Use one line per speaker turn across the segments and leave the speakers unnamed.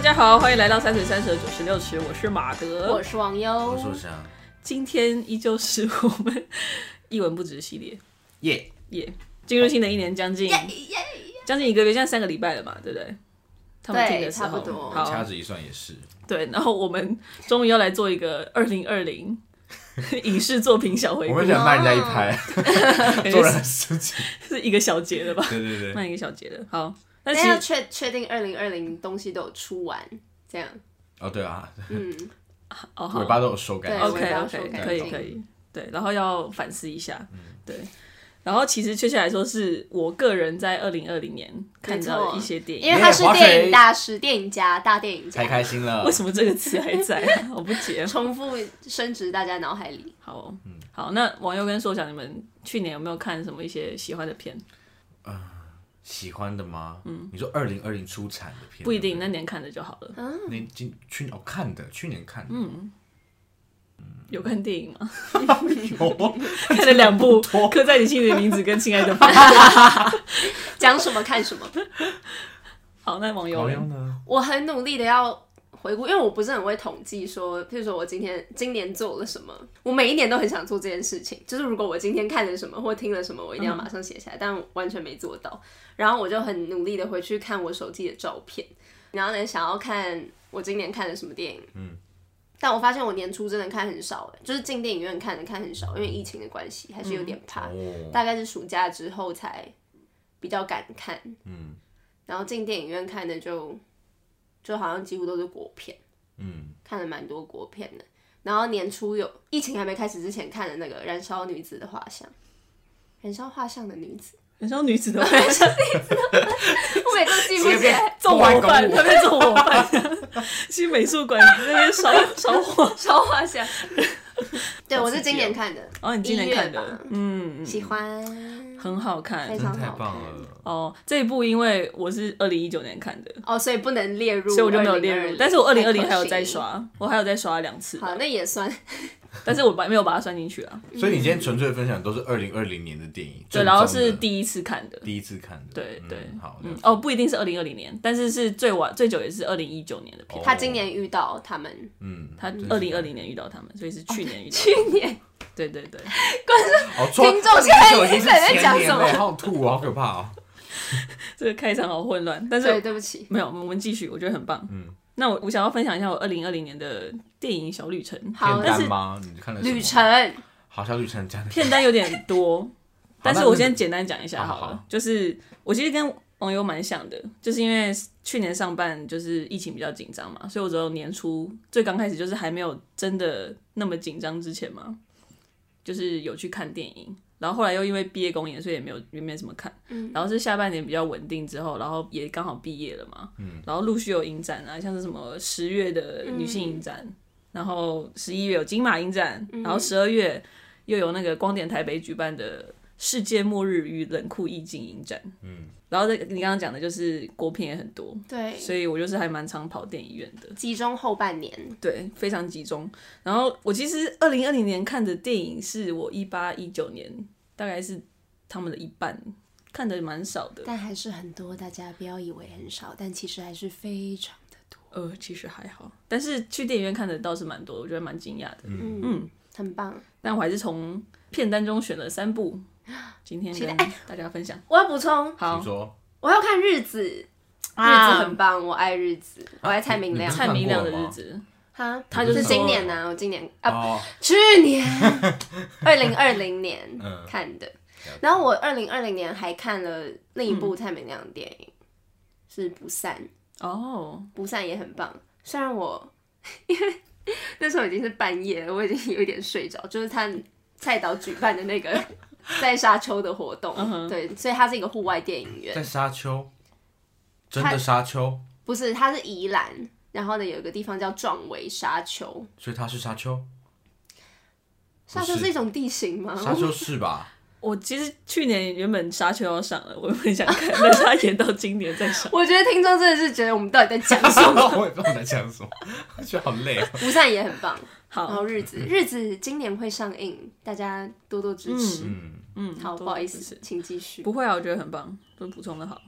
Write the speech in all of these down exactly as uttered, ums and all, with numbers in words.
家好，欢迎来到三水三蛇九十六尺，我是马德，
我是王优，
我是我翔。
今天依旧是我们一文不值系列，
耶
耶！进入新的一年将近将近一个月，现在三个礼拜了嘛，对不对？他们听的时候，
对，差不多。
好，
掐指一算也是。
对，然后我们终于要来做一个二零二零影视作品小回顾。
我们想慢人家一拍，做人的事情
是一个小节的吧？
对对对，
慢一个小节的。好，但
是
是
确确定二零二零东西都有出完，这样。
哦对啊，
嗯，
哦好
尾巴都有收干净。
，OK OK，可以可以，对，然后要反思一下，对。然后其实确切来说，是我个人在二零二零年看到的一些电影，
因为他是电影大师、电影家、大电影家，
太开心了。
为什么这个词还在、啊？我不解，
重复升值大家脑海里。
好、哦，嗯，好，那网友跟硕翔，你们去年有没有看什么一些喜欢的片？
呃，喜欢的吗？嗯，你说二零二零出产的片，
不一定，那年看的就好了。
那今去年哦看的，去年看的，嗯。
有看电影吗？看了两部《刻在你心里的名字》跟《亲爱的爸爸》。
讲什么看什么。
好，那网友
呢？
我很努力的要回顾，因为我不是很会统计说，譬如说我今天今年做了什么，我每一年都很想做这件事情。就是如果我今天看了什么或听了什么，我一定要马上写下来，嗯、但完全没做到。然后我就很努力的回去看我手机的照片，然后呢想要看我今年看了什么电影。嗯。但我发现我年初真的看很少，就是进电影院看的看很少，因为疫情的关系，还是有点怕。嗯哦、大概是暑假之后才比较敢看，嗯，然后进电影院看的就就好像几乎都是国片，嗯，看了蛮多国片的。然后年初有疫情还没开始之前看的那个《燃烧女子的画像》，燃烧画像的女子。
燃烧女子的，
燃烧女子的，我每次记不起来。
做我饭，他在做我饭，去美术馆那边烧烧画
烧画像。对，我是今年看的。
哦，你今年看的，嗯，
喜欢，
很好看，
非常好看，
太棒了。
哦，这一部因为我是二零一九年看的，
哦，所以不能列入，
所以我就没有列入。但是我二零二零还有再刷，我还有再刷两次。
好，那也算。
但是我没有把它算进去啊。
所以你今天纯粹分享都是二零二零年的电影，
对，然后是第一次看的，
第一次看的，
对对，
嗯、好，
嗯，哦，不一定是二零二零年，但是是最晚最久也是二零一九年的片。
他今年遇到他们，
嗯，
他二零二零年遇到他们，所以是去年遇到。
去年，
对对对。
观众、听众现在已经在讲什么？
好吐啊，好可怕哦！
这个开场好混乱，但是
对，对不起，
没有，我们继续，我觉得很棒。嗯。那我我想要分享一下我二零二零年的电影小旅程。
好，
片单吗？你看了
旅程？
好，小旅程讲
片单有点多，但是我先简单讲一下好了。好好就是我其实跟网友蛮像的，就是因为去年上半就是疫情比较紧张嘛，所以我只有年初最刚开始就是还没有真的那么紧张之前嘛，就是有去看电影。然后后来又因为毕业公演，所以也没有也没什么看。嗯、然后是下半年比较稳定之后，然后也刚好毕业了嘛。嗯、然后陆续有影展啊，像是什么十月的女性影展，嗯、然后十一月有金马影展，嗯、然后十二月又有那个光点台北举办的世界末日与冷酷意境影展。嗯、然后你刚刚讲的就是国片也很多，
对，
所以我就是还蛮常跑电影院的，
集中后半年，
对，非常集中。然后我其实二零二零年看的电影是我一八一九年大概是他们的一半，看的蛮少的，
但还是很多。大家不要以为很少，但其实还是非常的多。
呃，其实还好，但是去电影院看的倒是蛮多的，我觉得蛮惊讶的。嗯嗯，
很棒。
但我还是从片单中选了三部。今天跟大家分享，
我要补充，
好，
我要看日子，日子很棒，我爱日子，我爱蔡明亮，
蔡明亮的日子，
哈，
他就是
今年呢，我今年啊，去年二零二零年看的，然后我二零二零年还看了另一部蔡明亮的电影，是《不散》哦，《不散》也很棒，虽然我因为那时候已经是半夜了，我已经有一点睡着，就是他蔡导举办的那个。在沙丘的活动， uh-huh. 对，所以它是一个户外电影院。
在沙丘，真的沙丘？
不是，它是宜兰，然后呢有一个地方叫壮围沙丘，
所以它是沙丘。
沙丘是一种地形吗？
沙丘是吧？
我其实去年原本沙丘要上了，我很想看，但是它延到今年再上。
我觉得听众真的是觉得我们到底在讲什么？
我也不知道在讲什么，我觉得好累啊。
不散也很棒。
好，
然后日子，日子今年会上映，大家多多支持。嗯嗯，好，不好意思，请继续。
不会啊，我觉得很棒，都补充的好。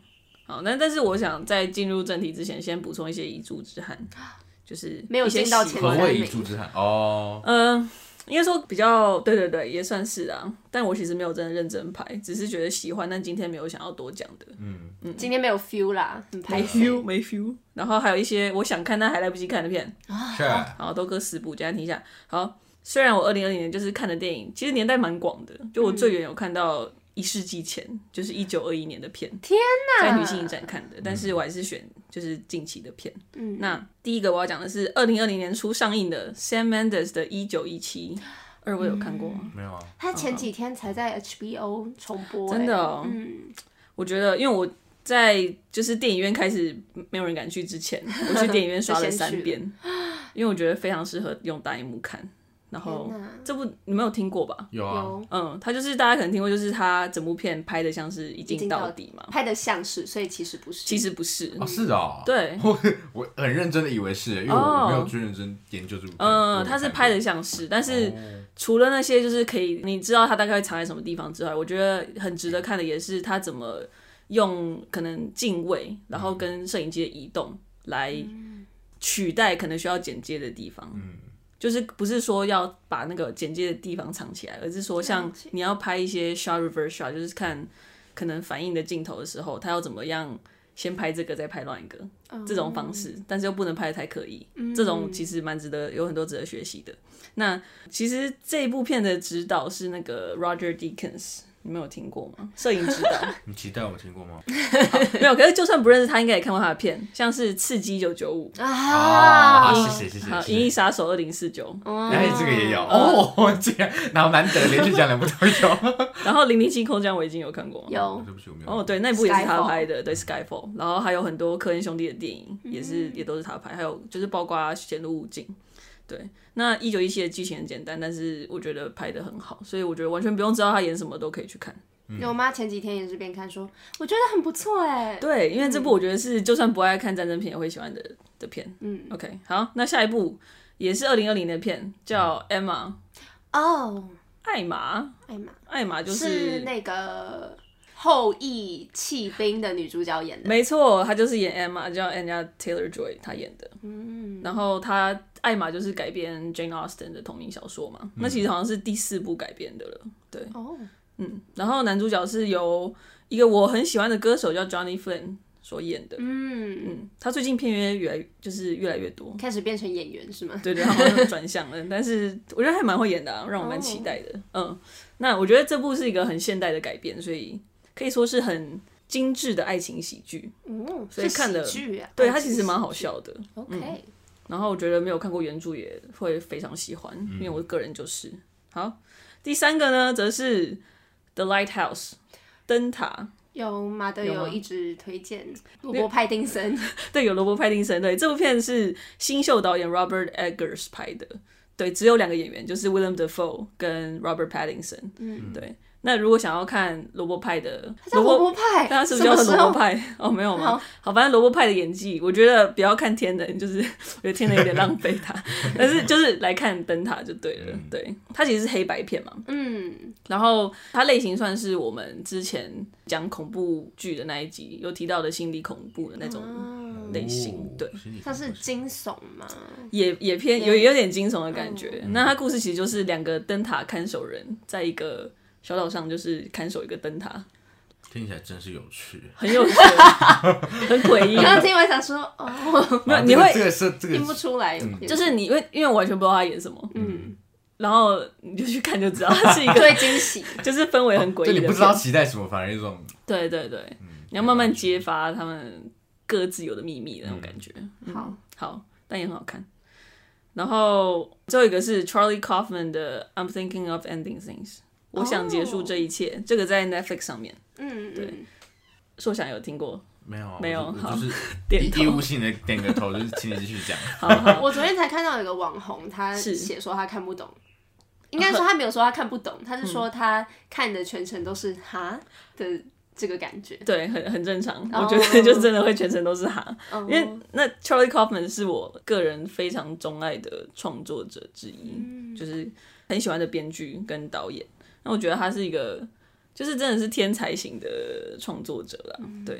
好，那但是我想在进入正题之前，先补充一些遗珠之憾，就是
没有进到前
何
三名。
谓遗珠之憾？哦，
嗯、呃，应该说比较对对对，也算是啊。但我其实没有真的认真排，只是觉得喜欢，但今天没有想要多讲的。
嗯
嗯，
今天没有 feel 啦，很
没
拍
feel 没 feel。然后还有一些我想看但还来不及看的片，
是
好，都各十部，简单听一下。好，虽然我二零二零年就是看的电影，其实年代蛮广的，就我最远有看到一世纪前，就是一九二一年的片，
天哪，
在女性影展看的，但是我还是选就是近期的片。
嗯，
那第一个我要讲的是二零二零年初上映的 Sam Mendes 的《一九一七》，二位有看过吗？
没有啊？
他前几天才在 H B O 重播、欸，
真的哦，
嗯，
我觉得因为我在就是电影院开始没有人敢去之前，我去电影院刷了三遍，因为我觉得非常适合用大荧幕看。然后这部你没有听过吧？
有啊，
有
嗯，他就是大家可能听过，就是他整部片拍的像是一镜到底嘛，
拍的像是，所以其实不是，
其实不是。
哦，是哦，
对，
我我很认真的以为是，因为我没有去认真研究这部片。
嗯，他是拍的像是，但是除了那些就是可以你知道他大概会藏在什么地方之外，我觉得很值得看的也是他怎么用可能镜位，然后跟摄影机的移动来取代可能需要剪接的地方。嗯。就是不是说要把那个剪接的地方藏起来，而是说像你要拍一些 shot reverse shot， 就是看可能反应的镜头的时候，他要怎么样先拍这个再拍另一个、嗯、这种方式，但是又不能拍得太刻意、嗯、这种其实蛮值得，有很多值得学习的。那其实这一部片的指导是那个 Roger Deakins， 你们有听过吗？摄影指导
你期待我听过吗？
没有，可是就算不认识他，应该也看过他的片，像是《刺激一九九五》
啊，谢谢谢谢。
好，《银翼杀手二零四九》，
哎，这个也有哦，这个好难得，连续讲两部都有。
然后《零零七空降围巾》有看过吗？
有，
对不起，我没有。
哦，对，那部也是他拍的，对 ，Skyfall。然后还有很多科恩兄弟的电影，也是、嗯、也都是他拍，还有就是包括《显露物镜》。对，那一九一七的剧情很简单，但是我觉得拍得很好，所以我觉得完全不用知道他演什么都可以去看。
嗯、我妈前几天也是边看说，我觉得很不错哎。
对，因为这部我觉得是就算不爱看战争片也会喜欢的的片。嗯 ，OK， 好，那下一部也是二零二零的片，叫 Emma。
哦，
艾玛，
艾玛，
艾玛就是
是那个后羿弃兵的女主角演的。
没错，她就是演 Emma， 叫 Anya Taylor-Joy， 她演的。嗯，然后她艾玛就是改编 Jane Austen 的同名小说嘛，嗯、那其实好像是第四部改编的了。对，哦。嗯，然后男主角是由一个我很喜欢的歌手叫 Johnny Flynn 所演的。嗯嗯，他最近片约越来就是越来越多，
开始变成演员是吗？
对对，他好像转向了，但是我觉得还蛮会演的、啊，让我蛮期待的。Oh. 嗯，那我觉得这部是一个很现代的改编，所以可以说是很精致的爱情喜剧。嗯，所以看的、
啊、
对它其实蛮好笑的。
OK，、嗯、
然后我觉得没有看过原著也会非常喜欢，因为我个人就是好。第三个呢，则是The Lighthouse 灯塔，
有马德有一直推荐罗伯派丁森，
对，有罗伯派丁森。对，这部片是新秀导演 Robert Eggers 拍的，对，只有两个演员，就是 Willem Dafoe 跟 Robert Pattinson。嗯，对。那如果想要看罗伯派的，
他叫罗伯派，
他是不是叫罗伯派？哦，没有吗？好, 好，反正罗伯派的演技，我觉得不要看天能，就是我觉得天能有点浪费他，但是就是来看灯塔就对了。嗯、对，他其实是黑白片嘛，嗯，然后他类型算是我们之前讲恐怖剧的那一集有提到的心理恐怖的那种类型，哦、对，
像是惊悚嘛，
也也偏有有点惊悚的感觉。嗯、那他故事其实就是两个灯塔看守人在一个小岛上，就是看守一个灯塔，
听起来真是有趣，
很有趣，很诡异。
刚刚听完想说，哦，
没有，你会
这个是这个
听不出来，
嗯、就是你会因为我完全不知道他演什么，嗯，然后你就去看就知道，它是一个
对惊喜，
就是氛围很诡异的、哦，
就你不知道期待什么，反而一种
对对对，嗯、你要慢慢揭发他们各自有的秘密的那种感觉。嗯、
好，
好，但也很好看。然后最后一个是 Charlie Kaufman 的 I'm Thinking of Ending Things。我想结束这一切， oh. 这个在 Netflix 上面。嗯，对，硕想有听过？
没有，
没有，
好，就是义务性的点个头，就是请你继续讲。
好, 好，
我昨天才看到有个网红，他写说他看不懂，应该说他没有说他看不懂，他是说他看的全程都是哈的这个感觉。
对，很很正常， oh. 我觉得就真的会全程都是哈， oh. 因为那 Charlie Kaufman 是我个人非常钟爱的创作者之一，嗯、就是很喜欢的编剧跟导演。那我觉得他是一个，就是真的是天才型的创作者啦。嗯、对，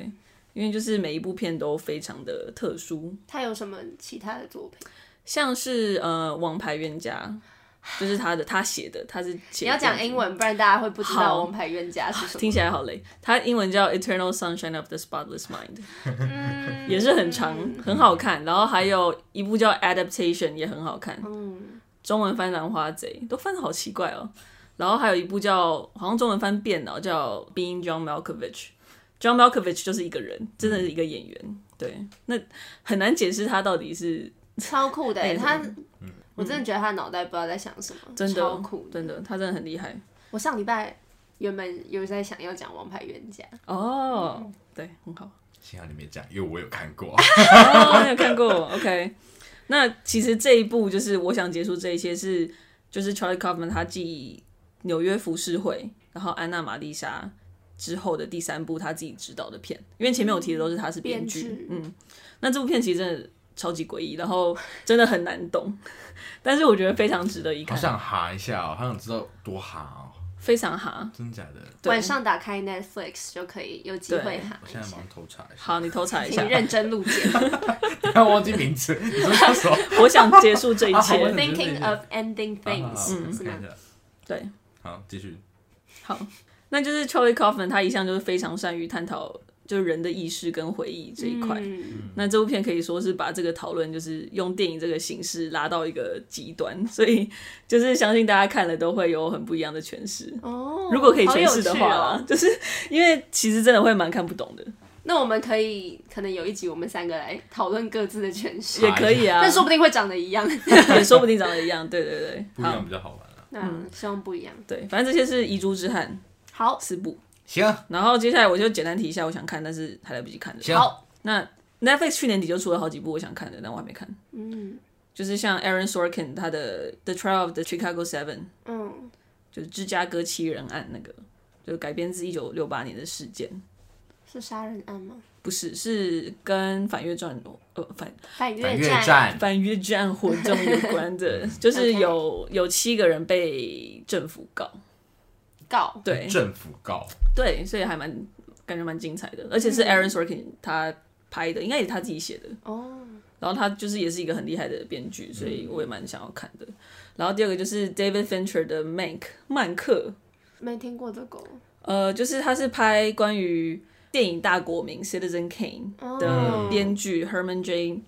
因为就是每一部片都非常的特殊。
他有什么其他的作品？
像是呃《王牌冤家》，就是他的他写的，他是写
你要讲英文，不然大家会不知道《王牌冤家》是什么。
听起来好累。他英文叫《Eternal Sunshine of the Spotless Mind》，嗯，也是很长，很好看。然后还有一部叫《Adaptation》，也很好看。嗯，中文翻《兰花贼》都翻得好奇怪哦。然后还有一部叫好像中文翻变脑叫《Being John Malkovich》，John Malkovich 就是一个人，真的是一个演员。对，那很难解释他到底是。
超酷的、欸，他、嗯，我真的觉得他脑袋不知道在想什么，
真的
超酷的，
真的，他真的很厉害。
我上礼拜原本有在想要讲《王牌冤家》
哦，嗯、对，很好。
幸好你没讲，因为我有看过。
哦，你有看过 ？OK。那其实这一部就是我想结束这一切是，就是 Charlie Kaufman 他继纽约浮世绘，然后安娜玛丽莎之后的第三部他自己执导的片，因为前面我提的都是他是编剧，嗯，那这部片其实真的。超级诡异，然后真的很难懂，但是我觉得非常值得一看。
好想哈一下哦，好想知道多哈哦，
非常哈，
真假的？
晚上打开 Netflix 就可以有机会哈。
我现在马上偷查一下。
好，你偷查一下，
请认真录节。
不要忘记名字，你说叫什么？
我想结束这一切。
Thinking of ending things，
嗯，是吗？
对，
好，继续。
好，那就是 Charlie Kaufman 他一向就是非常善于探讨。就是人的意识跟回忆这一块、嗯，那这部片可以说是把这个讨论就是用电影这个形式拉到一个极端，所以就是相信大家看了都会有很不一样的诠释。哦，如果可以诠释的话啦、哦，就是因为其实真的会蛮看不懂的。
那我们可以可能有一集我们三个来讨论各自的诠释，
也可以啊，
但说不定会长得一样，
也说不定长得一样。对对对，
不一样比较好玩啊。
嗯，希望不一样。
对，反正这些是遗珠之憾。
好，
四部。
行，
然后接下来我就简单提一下我想看但是还来不及看的。
好，
那 Netflix 去年底就出了好几部我想看的，但我还没看。嗯，就是像 Aaron Sorkin 他的 The Trial of the Chicago Seven， 嗯，就是芝加哥七人案那个，就改编自一九六八年的事件。
是杀人案吗？
不是，是跟反越战呃反
反越战
反越战活动有关的，就是有有七个人被政府告。
告
对
政府告
对，所以还蛮感觉蛮精彩的，而且是 Aaron Sorkin 他拍的，应该也是他自己写的哦。然后他就是也是一个很厉害的编剧，所以我也蛮想要看的。然后第二个就是 David Fincher 的 Mank 曼克，
没听过这个。
呃，就是他是拍关于电影大国民 Citizen Kane 的编剧 Herman J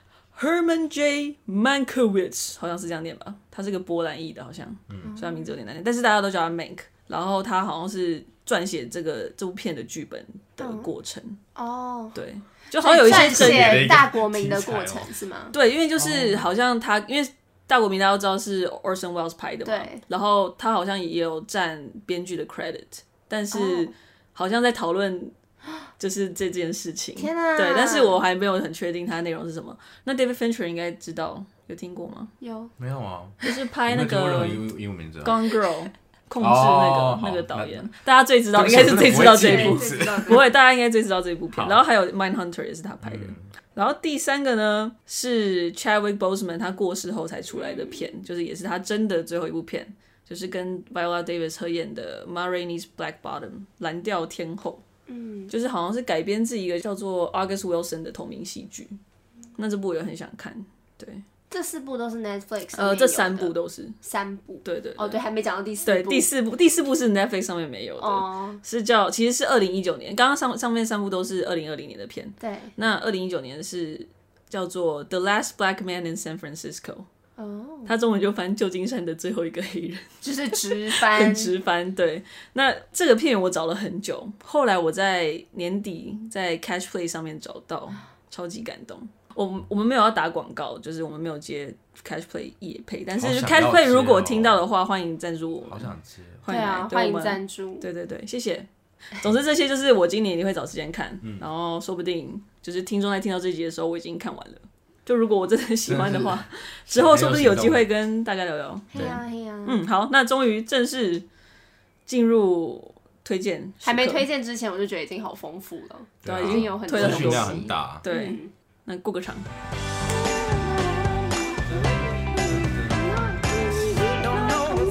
Herman J Mankiewicz， 好像是这样念吧？他是个波兰裔的，好像，嗯，所以他名字有点难念，但是大家都叫他 Mank。然后他好像是撰写这个这部片的剧本的过程、嗯、哦，对，就好像有一些
撰写大国民的过程是吗？
对，因为就是好像他，因为大国民大家都知道是 Orson Welles 拍的嘛，对，然后他好像也有占编剧的 credit， 但是好像在讨论就是这件事情，
天啊，
对，但是我还没有很确定它内容是什么。那 David Fincher 应该知道，有听过吗？
有，
没有啊？
就是拍那个
英文名字
Gone Girl。控制那个、哦、那个导演，大家最知道应该是最知道这一部，不会，大家应该最知道这一部片。然后还有 Mindhunter 也是他拍的、嗯。然后第三个呢是 Chadwick Boseman 他过世后才出来的片，就是也是他真的最后一部片，就是跟 Viola Davis 合演的 Ma Rainey's Black Bottom 蓝调天后，嗯，就是好像是改编自一个叫做 August Wilson 的同名戏剧。那这部我也很想看，对。
这四部都是 Netflix
呃，这三部都是
三部，
对 对, 对
哦，对，还没讲到第四部。
对，第四部，第四部是 Netflix 上面没有的，哦、是叫其实是二零一九年，刚刚上上面三部都是二零二零年的片，
对，
那二零一九年是叫做 The Last Black Man in San Francisco， 哦，他中文就翻旧金山的最后一个黑人，
就是直翻，
很直翻，对。那这个片我找了很久，后来我在年底在 Catch Play 上面找到，超级感动。我们我们没有要打广告，就是我们没有接 Catch Play 业配，但是 Catch Play 如果听到的话，欢迎赞助我们。
好想接，
对啊，欢迎赞助。
对对对，谢谢。总之这些就是我今年一定会找时间看、嗯，然后说不定就是听众在听到这集的时候，我已经看完了。就如果我真的喜欢的话，之后说不定有机会跟大家聊聊。
对啊，对啊。
嗯，好，那终于正式进入推荐。
还没推荐之前，我就觉得已经好丰富了，对、啊，已经有很多
资讯量很大。
对。嗯，那过个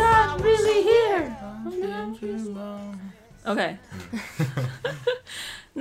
场。OK， 那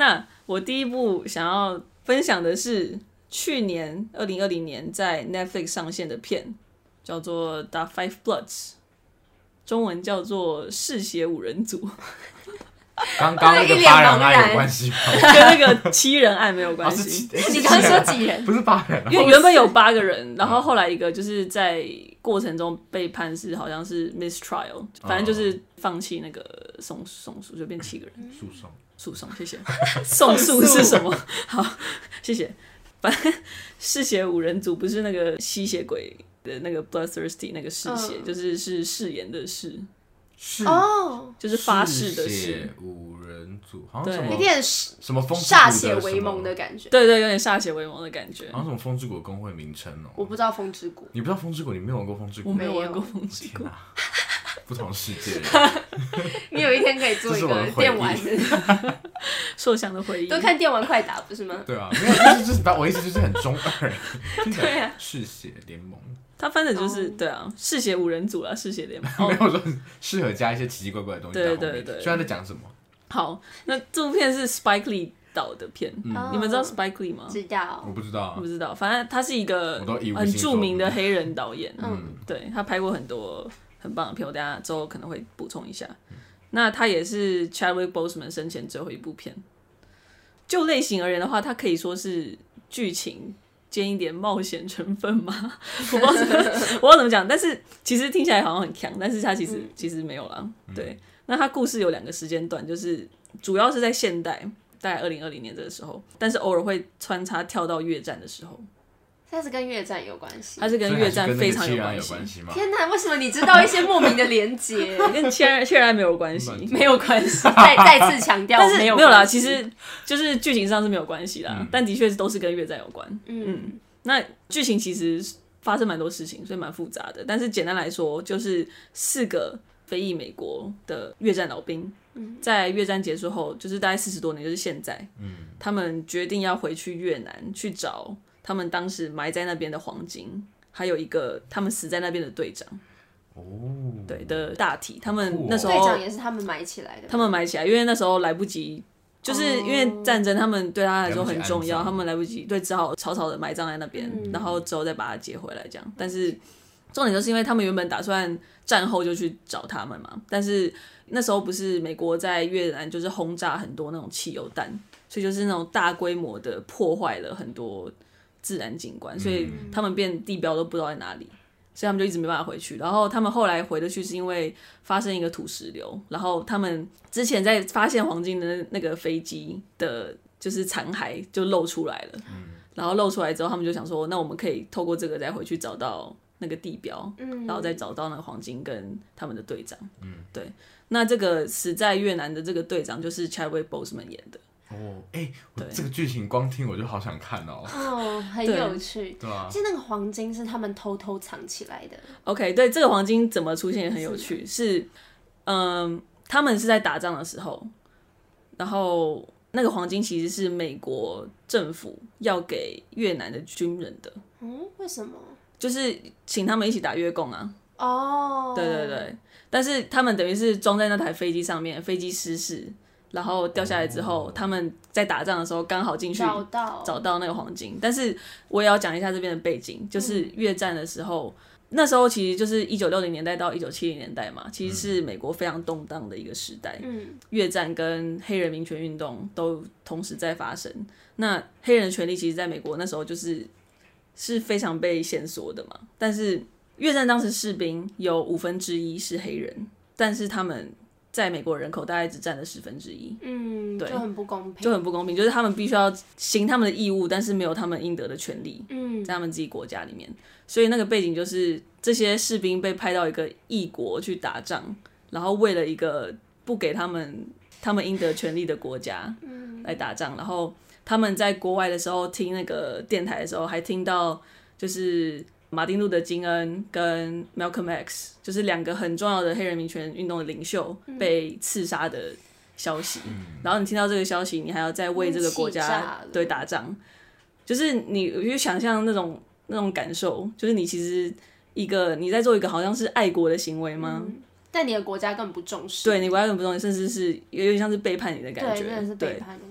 我第一部想要分享的是去年二零二零年在 Netflix 上线的片，叫做《The Five Bloods》，中文叫做《嗜血五人组》。
刚刚那个八人案有关系吗？
跟那个七人案没有关系。
哦、
你刚刚说几人？
不是八人、啊，
因为原本有八个人，然后后来一个就是在过程中被判是好像是 mistrial， 反正就是放弃那个送送诉，就变七个人。
诉讼，
诉讼，谢谢。送诉是什么？好，谢谢。反正嗜血五人组不是那个吸血鬼的那个 bloodthirsty 那个嗜血，嗯、就是是誓言的誓。
是
哦，
就是发誓的
誓。五人组，好像什么
有点
什么风之谷
歃血为盟的感觉。
对对，有点歃血为盟的感觉。
好像什么风之谷的工会名称哦。
我不知道风之谷。
你不知道风之谷？你没有玩过风之谷？
我没有玩过风之谷。
不同世界。
你有一天可以做一个电玩的。
硕想的回忆。
都看电玩快打不是吗？
对啊，没有，就是就是，我意思就是很中二。
对啊。
嗜血联盟。
他翻的就是、oh. 对啊，嗜血五人组啦，嗜血联盟。
没有说适合加一些奇奇怪怪的东西。对对对。虽然在讲什么？
好，那这部片是 Spike Lee 导的片，嗯、你们知道 Spike Lee 吗？
知道。
我不知道、啊。
不知道，反正他是一个很著名的黑人导演。嗯，对，他拍过很多很棒的片，我等一下之后可能会补充一下。嗯、那他也是 Chadwick Boseman 生前最后一部片。就类型而言的话，它可以说是剧情。兼一点冒险成分吗？我不知道怎么，我不知道怎么讲，但是其实听起来好像很强，但是它其实、嗯、其实没有啦。对，那它故事有两个时间段，就是主要是在现代，大概二零二零年这个时候，但是偶尔会穿插跳到越战的时候。
它是跟越战有关系，
它是跟越战非常有关
系。
天哪，为什么你知道一些莫名的连结？
跟切切然没有关系，
没有关系。再再次强调，
但是
没有
没有啦，其实就是剧情上是没有关系啦，嗯、但的确都是跟越战有关。嗯，嗯那剧情其实发生蛮多事情，所以蛮复杂的。但是简单来说，就是四个非裔美国的越战老兵，嗯、在越战结束后，就是大概四十多年，就是现在，嗯、他们决定要回去越南去找。他们当时埋在那边的黄金，还有一个他们死在那边的队长，哦，对的大体，他们那时候
队长也是他们埋起来的，
他们埋起来，因为那时候来不及，就是因为战争，他们对他来说很重要，他们来不及，对，只好草草的埋葬在那边，嗯、然后之后再把它接回来这样。但是重点就是因为他们原本打算战后就去找他们嘛，但是那时候不是美国在越南就是轰炸很多那种汽油弹，所以就是那种大规模的破坏了很多。自然景观，所以他们变地标都不知道在哪里，所以他们就一直没办法回去。然后他们后来回得去，是因为发生一个土石流，然后他们之前在发现黄金的那个飞机的，就是残骸就露出来了。嗯、然后露出来之后，他们就想说，那我们可以透过这个再回去找到那个地标，嗯、然后再找到那个黄金跟他们的队长。嗯、对，那这个死在越南的这个队长就是 Chadwick Boseman 演的。
哦，哎、欸，这个剧情光听我就好想看哦。
哦，很有趣，
对啊。
其实那个黄金是他们偷偷藏起来的。
OK， 对，这个黄金怎么出现也很有趣，是，是嗯，他们是在打仗的时候，然后那个黄金其实是美国政府要给越南的军人的。
嗯，为什么？
就是请他们一起打越共啊。
哦，
对对对，但是他们等于是装在那台飞机上面，飞机失事。然后掉下来之后，哦、他们在打仗的时候刚好进去
找到
找到那个黄金。但是我也要讲一下这边的背景，就是越战的时候，嗯、那时候其实就是一九六零年代到一九七零年代嘛，其实是美国非常动荡的一个时代。嗯、越战跟黑人民权运动都同时在发生。那黑人的权利其实在美国那时候就是是非常被限缩的嘛。但是越战当时士兵有五分之一是黑人，但是他们。在美国人口大概只占了十分之一，
嗯，对，就很不公平，
就很不公平，就是他们必须要行他们的义务，但是没有他们应得的权利，嗯，在他们自己国家里面，所以那个背景就是这些士兵被派到一个异国去打仗，然后为了一个不给他们他们应得权利的国家来打仗，然后他们在国外的时候听那个电台的时候，还听到就是马丁路德金恩跟 Malcolm X 就是两个很重要的黑人民权运动的领袖被刺杀的消息，嗯、然后你听到这个消息，你还要再为这个国家对打仗，就是你去想象那种那种感受，就是你其实一个你在做一个好像是爱国的行为吗？嗯、
但你的国家根本不重视，
对你国家根本不重视，甚至是有点像是背叛你的感觉，
对，真的是背叛的感觉。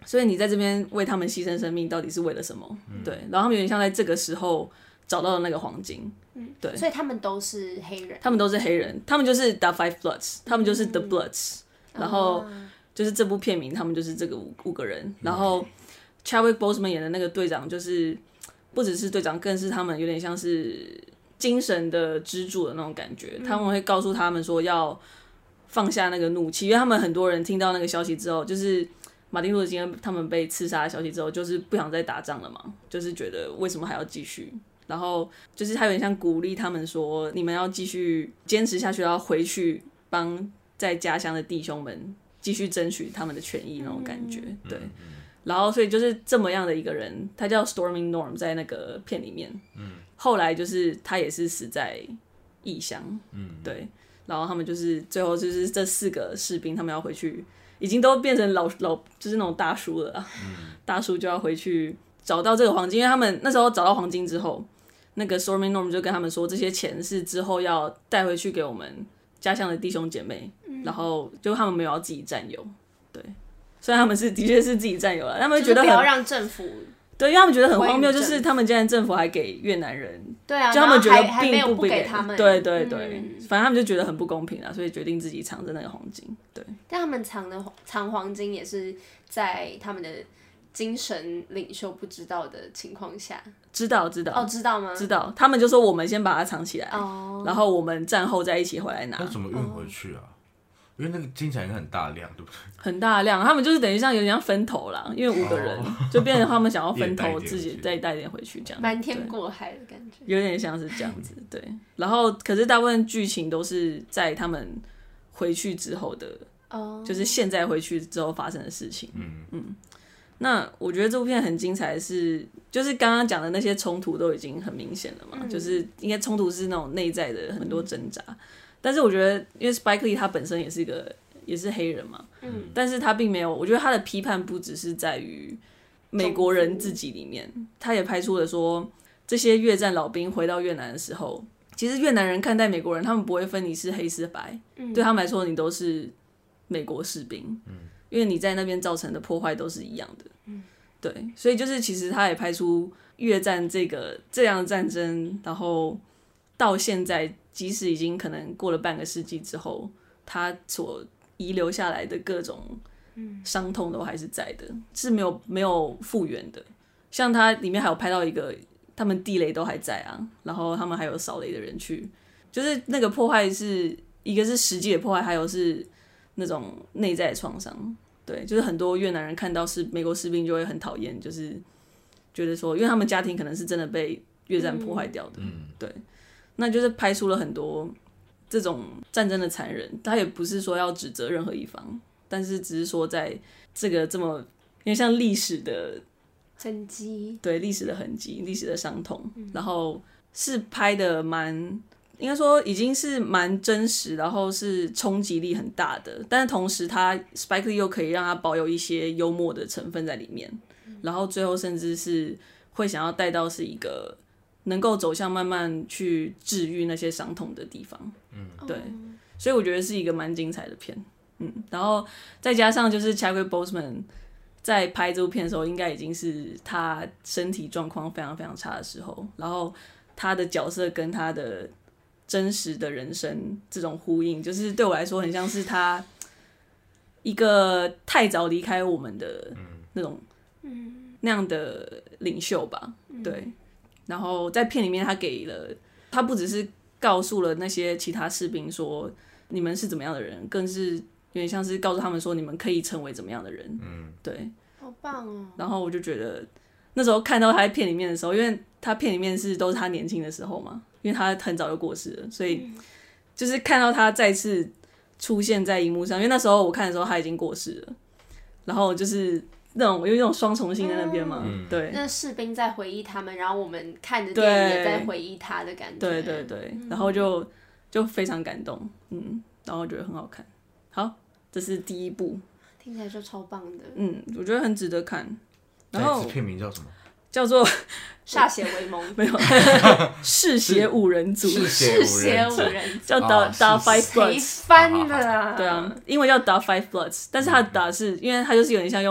所以你在这边为他们牺牲生命，到底是为了什么？嗯、对，然后他们有点像在这个时候找到了那个黄金。
嗯，
对，
所以他们都是黑人，
他们都是黑人，他们就是 The Five Bloods， 他们就是 The Bloods，、嗯、然后就是这部片名，他们就是这个 五, 五个人，然后 Chadwick Boseman 演的那个队长，就是不只是队长，更是他们有点像是精神的支柱的那种感觉，嗯、他们会告诉他们说要放下那个怒气，因为他们很多人听到那个消息之后，就是马丁路德金恩他们被刺杀的消息之后，就是不想再打仗了嘛，就是觉得为什么还要继续。然后就是他有点像鼓励他们说，你们要继续坚持下去，要回去帮在家乡的弟兄们继续争取他们的权益那种感觉，对。然后所以就是这么样的一个人，他叫 Stormy Norm， 在那个片里面，嗯，后来就是他也是死在异乡，嗯，对。然后他们就是最后就是这四个士兵，他们要回去，已经都变成老老就是那种大叔了啦，嗯，大叔就要回去找到这个黄金，因为他们那时候找到黄金之后。那个 Stormy Norm 就跟他们说，这些钱是之后要带回去给我们家乡的弟兄姐妹，嗯、然后就他们没有要自己占有，对，虽然他们是的确是自己占有了，他们觉得很
就是不要让政府
对，因为他们觉得很荒谬，就是他们竟然政府还给越南人，
对啊，
就他们觉得并
不
不给
他们，
对对对，嗯、反正他们就觉得很不公平啊，所以决定自己藏着那个黄金，对。
但他们藏的藏黄金也是在他们的精神领袖不知道的情况下，
知道知道
哦，知道吗？
知道，他们就说我们先把它藏起来，哦、然后我们战后再一起回来拿。
那怎么运回去啊？哦、因为那个金钱应该很大量，对不对？
很大量，他们就是等于像有点像分头啦，因为五个人、哦、就变成他们想要分头，自己再带点回去这样，
瞒天过海的感觉，
有点像是这样子，对。然后可是大部分剧情都是在他们回去之后的，哦，就是现在回去之后发生的事情，嗯嗯。那我觉得这部片很精彩的是，就是刚刚讲的那些冲突都已经很明显了嘛，嗯、就是应该冲突是那种内在的很多挣扎，嗯、但是我觉得因为 Spike Lee 他本身也是一个也是黑人嘛，嗯，但是他并没有，我觉得他的批判不只是在于美国人自己里面，他也拍出了说这些越战老兵回到越南的时候，其实越南人看待美国人，他们不会分你是黑是白，嗯、对他们来说你都是美国士兵，嗯。因为你在那边造成的破坏都是一样的，嗯，对，所以就是其实他也拍出越战这个这样的战争，然后到现在，即使已经可能过了半个世纪之后，他所遗留下来的各种伤痛都还是在的，是没有没有复原的。像他里面还有拍到一个，他们地雷都还在啊，然后他们还有扫雷的人去，就是那个破坏是一个是实际的破坏，还有是。那种内在的创伤，对，就是很多越南人看到是美国士兵就会很讨厌，就是觉得说，因为他们家庭可能是真的被越战破坏掉的，嗯，对，那就是拍出了很多这种战争的残忍。他也不是说要指责任何一方，但是只是说在这个这么因为像历史的
痕迹，
对历史的痕迹、历史的伤痛，嗯、然后是拍的蛮。应该说已经是蛮真实，然后是冲击力很大的，但是同时他 Spike Lee 又可以让他保有一些幽默的成分在里面，嗯、然后最后甚至是会想要带到是一个能够走向慢慢去治愈那些伤痛的地方，嗯，对，所以我觉得是一个蛮精彩的片，嗯，然后再加上就是 Chadwick Boseman 在拍这部片的时候，应该已经是他身体状况非常非常差的时候，然后他的角色跟他的真实的人生这种呼应，就是对我来说很像是他一个太早离开我们的那种、嗯、那样的領袖吧，对。然后在片里面他给了他不只是告诉了那些其他士兵说你们是怎么样的人，更是有点像是告诉他们说你们可以成为怎么样的人，嗯，对，
好棒哦。
然后我就觉得那时候看到他在片里面的时候，因为他片里面是都是他年轻的时候嘛，因为他很早就过世了，所以就是看到他再次出现在荧幕上，因为那时候我看的时候他已经过世了，然后就是那种有一种双重性在那边嘛、嗯，对，
那士兵在回忆他们，然后我们看着电影也在回忆他的感觉，
对对对，然后就就非常感动，嗯，然后觉得很好看。好，这是第一部，
听起来就超棒的，
嗯，我觉得很值得看。然后
片名叫什么？
叫做
歃血为盟，
没有嗜血五人组，
嗜血五人组
叫 The The Five Bloods，
谁翻的啊？
对啊，英文叫 The Five Bloods， 但是他的 The 是因为他就是有点像用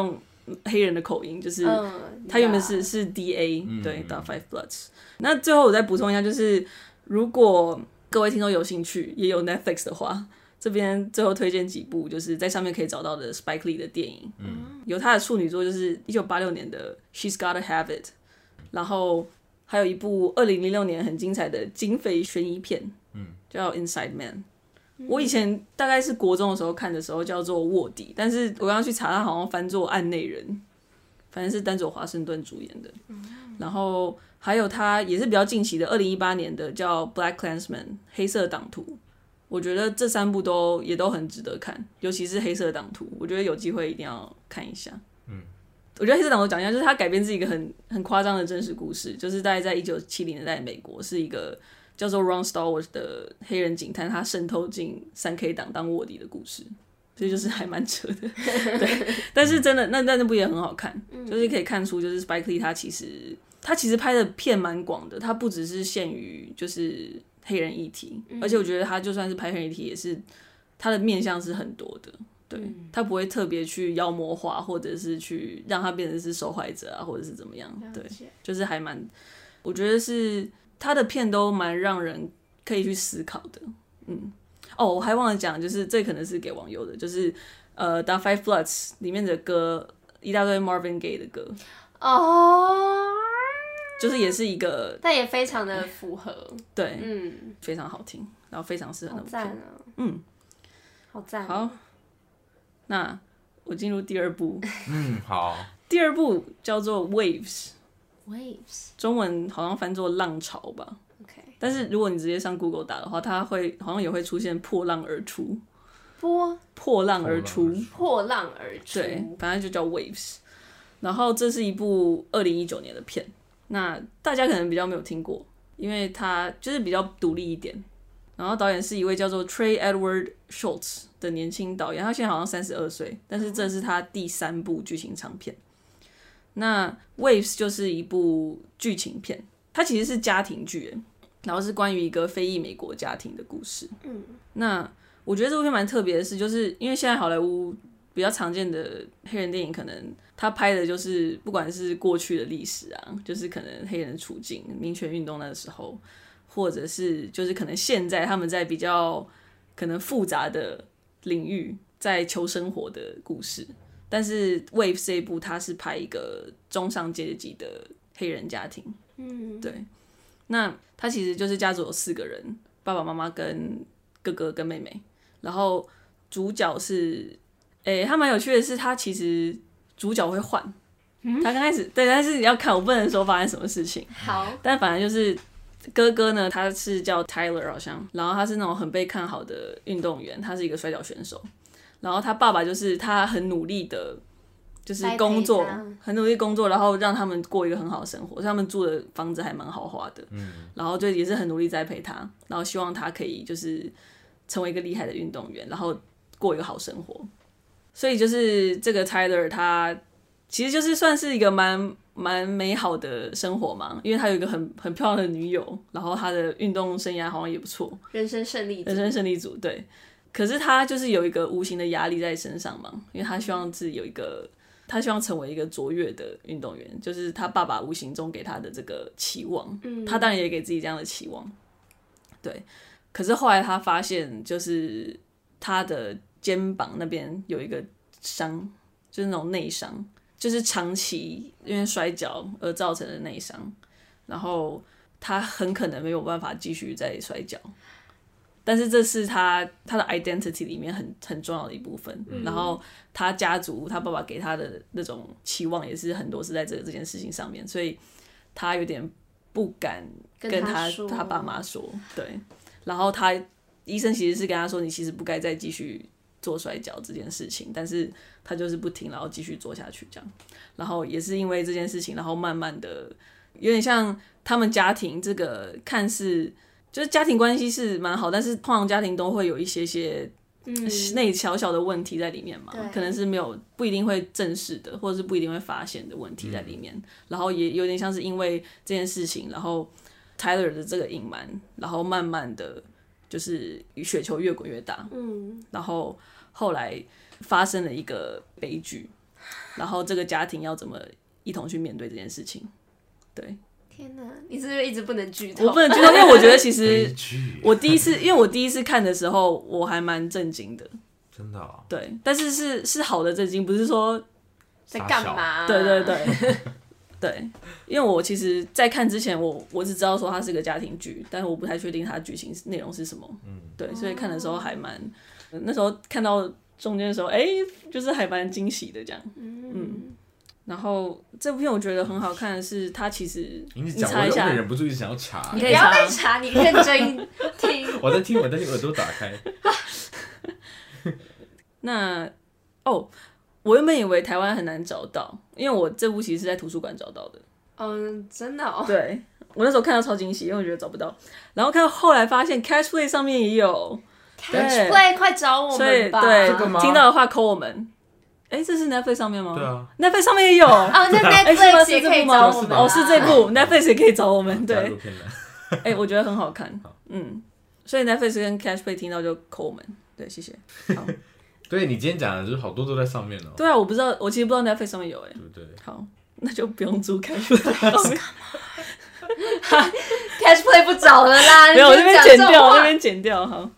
黑人的口音，就是
嗯
他原本是、yeah. 是 D A、
嗯、
对 ，Dark Five Bloods。那最后我再补充一下，就是如果各位听众有兴趣，也有 Netflix 的话，这边最后推荐几部就是在上面可以找到的 Spike Lee 的电影。嗯，有他的处女作就是一九八六年的 She's Gotta Have It， 然后还有一部二零零六年很精彩的警匪悬疑片，嗯，叫 Inside Man。我以前大概是国中的时候看的时候叫做卧底，但是我刚刚去查，他好像翻作案内人，反正是丹佐华盛顿主演的。然后还有他也是比较近期的二零一八年的叫 Black Klansman 黑色党徒，我觉得这三部都也都很值得看，尤其是黑色党徒，我觉得有机会一定要看一下。嗯，我觉得黑色党徒讲一下，就是他改编自一个很很夸张的真实故事，就是大概在一九七零年代美国是一个叫做 Ron Stallworth 的黑人警探，他渗透进三 K 党当卧底的故事，所以就是还蛮扯的。对，但是真的那那部也很好看，就是可以看出就是 Spike Lee 他其实他其实拍的片蛮广的，他不只是限于就是黑人议题，而且我觉得他就算是拍黑人议题，也是他的面向是很多的。对，他不会特别去妖魔化，或者是去让他变成是受害者啊，或者是怎么样。对，就是还蛮，我觉得是他的片都蛮让人可以去思考的。嗯，哦，我还忘了讲，就是这可能是给网友的，就是呃《Dark Five Bloods》里面的歌，一大堆 Marvin Gaye 的歌。哦。就是也是一个，
但也非常的符合，
对，嗯，非常好听，然后非常适合那部片，
好赞啊，嗯，好赞。
好，那我进入第二部，
嗯，好，
第二部叫做 Waves，Waves，
Waves
中文好像翻作浪潮吧
，OK，
但是如果你直接上 Google 打的话，它会好像也会出现破浪而出，
破
破浪而出，
破浪而出，
对，反正就叫 Waves。然后这是一部二零一九年的片。那大家可能比较没有听过，因为它就是比较独立一点。然后导演是一位叫做 Trey Edward Schultz 的年轻导演，他现在好像三十二岁，但是这是他第三部剧情长片。那 Waves 就是一部剧情片，它其实是家庭剧，然后是关于一个非裔美国家庭的故事。嗯，那我觉得这部片蛮特别的是，就是因为现在好莱坞比较常见的黑人电影，可能他拍的就是不管是过去的历史啊，就是可能黑人的处境、民权运动那个时候，或者是就是可能现在他们在比较可能复杂的领域在求生活的故事。但是 Waves 这一部他是拍一个中上阶级的黑人家庭，嗯，对。那他其实就是家族有四个人，爸爸妈妈跟哥哥跟妹妹，然后主角是。诶、欸，他蛮有趣的是，他其实主角会换、嗯。他刚开始对，但是你要看，我不能说发生什么事情。
好，
但反正就是哥哥呢，他是叫 Tyler 好像，然后他是那种很被看好的运动员，他是一个摔跤选手。然后他爸爸就是他很努力的，就是工作，很努力工作，然后让他们过一个很好的生活。他们住的房子还蛮豪华的，嗯，然后就也是很努力栽培他，然后希望他可以就是成为一个厉害的运动员，然后过一个好生活。所以就是这个 Tyler 他其实就是算是一个蛮蛮美好的生活嘛，因为他有一个很很漂亮的女友，然后他的运动生涯好像也不错，
人生胜利组，
人生胜利组，对。可是他就是有一个无形的压力在身上嘛，因为他希望自己有一个，他希望成为一个卓越的运动员，就是他爸爸无形中给他的这个期望，嗯，他当然也给自己这样的期望，对。可是后来他发现，就是他的肩膀那边有一个伤，就是那种内伤，就是长期因为摔跤而造成的内伤，然后他很可能没有办法继续再摔跤，但是这是他他的 identity 里面很很重要的一部分，嗯，然后他家族他爸爸给他的那种期望也是很多是在这这件事情上面，所以他有点不敢跟他
跟 他,
他爸妈说，对，然后他医生其实是跟他说，你其实不该再继续做摔跤这件事情，但是他就是不停，然后继续做下去这样。然后也是因为这件事情，然后慢慢的有点像他们家庭这个看似就是家庭关系是蛮好，但是通常家庭都会有一些些那小小的问题在里面嘛，嗯，可能是没有不一定会正视的，或者是不一定会发现的问题在里面，嗯，然后也有点像是因为这件事情，然后 Tyler 的这个隐瞒，然后慢慢的就是雪球越滚越大，嗯，然后后来发生了一个悲剧， 然后这个家庭要怎么一同去面对这件事情。对，
天哪，你是不是一直不能剧透？
我不能剧透，因为我觉得其实我第一次，因为我第一次看的时候，我还蛮震惊的。
真的、哦？
对，但是是是好的震惊，不是说
在干嘛、啊？
对对对对，因为我其实，在看之前我，我我只知道说它是个家庭剧，但是我不太确定它的剧情内容是什么。嗯，对，所以看的时候还蛮，那时候看到中间的时候，哎、欸，就是还蛮惊喜的这样。嗯。嗯，然后这部片我觉得很好看的是，它其实你查一下，
我忍不住一直想要查，
你可以查，不要再查，你认真听。
我在听，我在听，耳朵打开。
那哦，我原本以为台湾很难找到，因为我这部其实是在图书馆找到的。
嗯，真的哦。
对，我那时候看到超惊喜，因为我觉得找不到，然后看到后来发现 Catch Play 上面也有
，Catch Play 快找我们吧！
对，听到的话 call 我们。哎、欸，这是 Netflix 上面吗？
对啊
，Netflix 上面也有。
哦，那 Netflix 也可以找我们。
哦，是这部 Netflix 也可以找我们。对。哎、欸，我觉得很好看。
好
嗯，所以 Netflix 跟 Catch Play 听到就 call 我们。对，谢谢。好。
对，你今天讲的就是好多都在上面哦。
对啊，我不知道，我其实不知道 Netflix 上面有哎。
对不对？
好，那就不用租 Catch Play。
Catch Play 不找了啦，
没有，我那边剪掉，那边剪掉。好。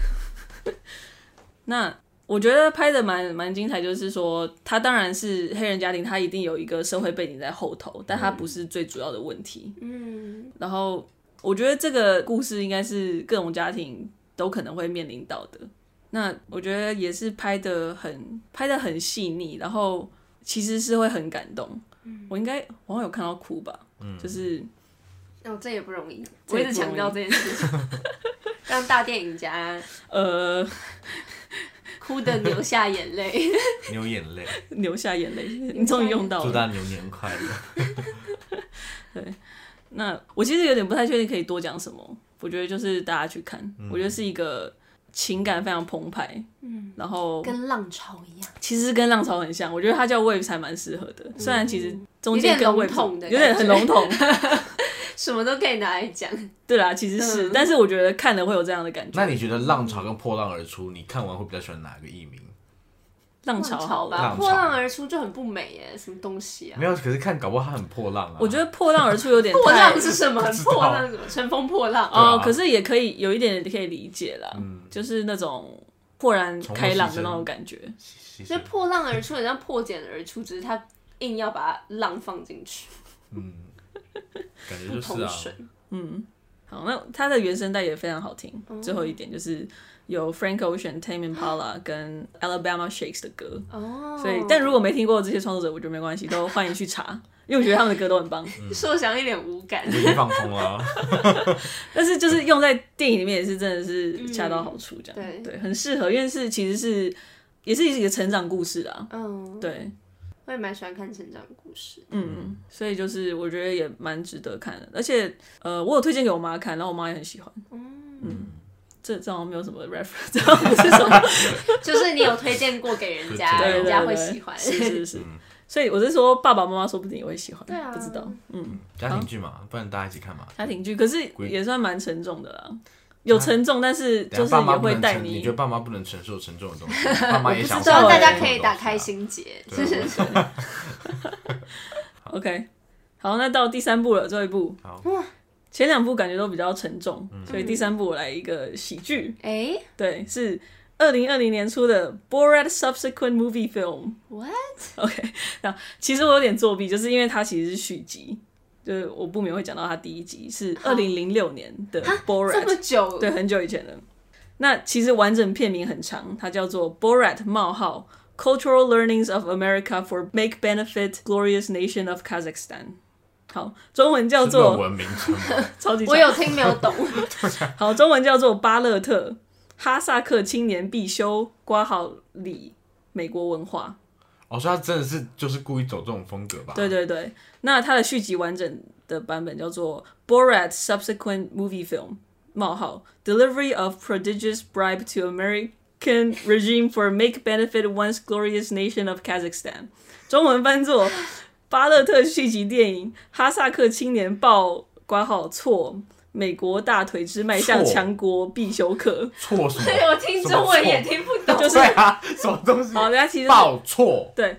那我觉得拍的蛮蛮精彩，就是说，他当然是黑人家庭，他一定有一个社会背景在后头，但他不是最主要的问题。嗯。然后我觉得这个故事应该是各种家庭都可能会面临到的。那我觉得也是拍的很拍的很细腻，然后其实是会很感动。嗯、我应该好像有看到哭吧，嗯、就是
哦，这也不容易，我一直强调这件事情，让大电影家呃哭的流下眼泪，
流眼泪，
流下眼泪，你终于用到了，
祝大家牛年快乐。
对，那我其实有点不太确定可以多讲什么，我觉得就是大家去看，嗯、我觉得是一个。情感非常澎湃，嗯，然后
跟浪潮一样，
其实跟浪潮很像，我觉得它叫 Waves 还蛮适合的，嗯、虽然其实中间
跟 Waves
有点很笼统，
什么都可以拿来讲。
对啦，其实是，嗯、但是我觉得看了会有这样的感觉。
那你觉得浪潮跟破浪而出，你看完会比较喜欢哪个译名？
浪潮好
吧，破浪而出就很不美耶，什么东西啊？
没有，可是看搞不好它很破浪啊。
我觉得破浪而出有点
破浪是什么？很破浪什么？乘风破浪
哦，啊、可是也可以有一点可以理解啦，嗯、就是那种豁然开朗的那种感觉。
所以破浪而出很像破茧而出，只是他硬要把浪放进去。嗯，
感觉就是啊。
嗯，好，那他的原声带也非常好听。嗯、最后一点就是。有 Frank Ocean、Tame Impala 跟 Alabama Shakes 的歌，哦，所以但如果没听过这些创作者，我觉得没关系，都欢迎去查，因为我觉得他们的歌都很棒。
说想一点无感，
已经放空了。
但是就是用在电影里面也是真的是恰到好处，这样、嗯、对, 对，很适合，因为是其实是也是一个成长故事啦。嗯，对，
我也蛮喜欢看成长故事。
嗯，所以就是我觉得也蛮值得看的，而且呃，我有推荐给我妈看，然后我妈也很喜欢。嗯。嗯这这好像没有什么 reference， 这好像是什么？
就是你有推荐过给人家，人家会喜欢。
是是是，所以我是说，爸爸妈妈说不定也会喜欢。对啊，不知道。嗯，
家庭剧嘛，不然大家一起看嘛。
家庭剧，可是也算蛮沉重的啦。有沉重，但是就是也会带你。
你觉得爸妈不能承受沉重的东西？爸妈也想。
希望大家可以打开心结。是是是。
OK， 好，那到第三部了，最后一部。
好。
前两部感觉都比较沉重，嗯、所以第三部我来一个喜剧。哎、欸，对，是二零二零年出的 Borat Subsequent Movie Film。What？ OK， 那其实我有点作弊，就是因为它其实是续集，就是我不免会讲到它第一集是二零零六年的 Borat，
这么久，
对，很久以前的。那其实完整片名很长，它叫做 Borat 冒号 Cultural Learnings of America for Make Benefit Glorious Nation of Kazakhstan。好，中文叫做
论文名称
超级长，
我有听没有懂。
好，中文叫做巴勒特哈萨克青年必修括号里美国文化。
哦，所以他真的是就是故意走这种风格吧？
对对对，那他的续集完整的版本叫做 Borat Subsequent Movie Film 冒号 Delivery of Prodigious Bribe to American Regime for Make Benefit Once Glorious Nation of Kazakhstan。中文翻作巴勒特续集电影《哈萨克青年报括号错美国大腿之迈向强国必修课》。
错什么？
对，我听中文也听不懂。
就是
对啊，什么东西？
好，人家其实
报错。
对，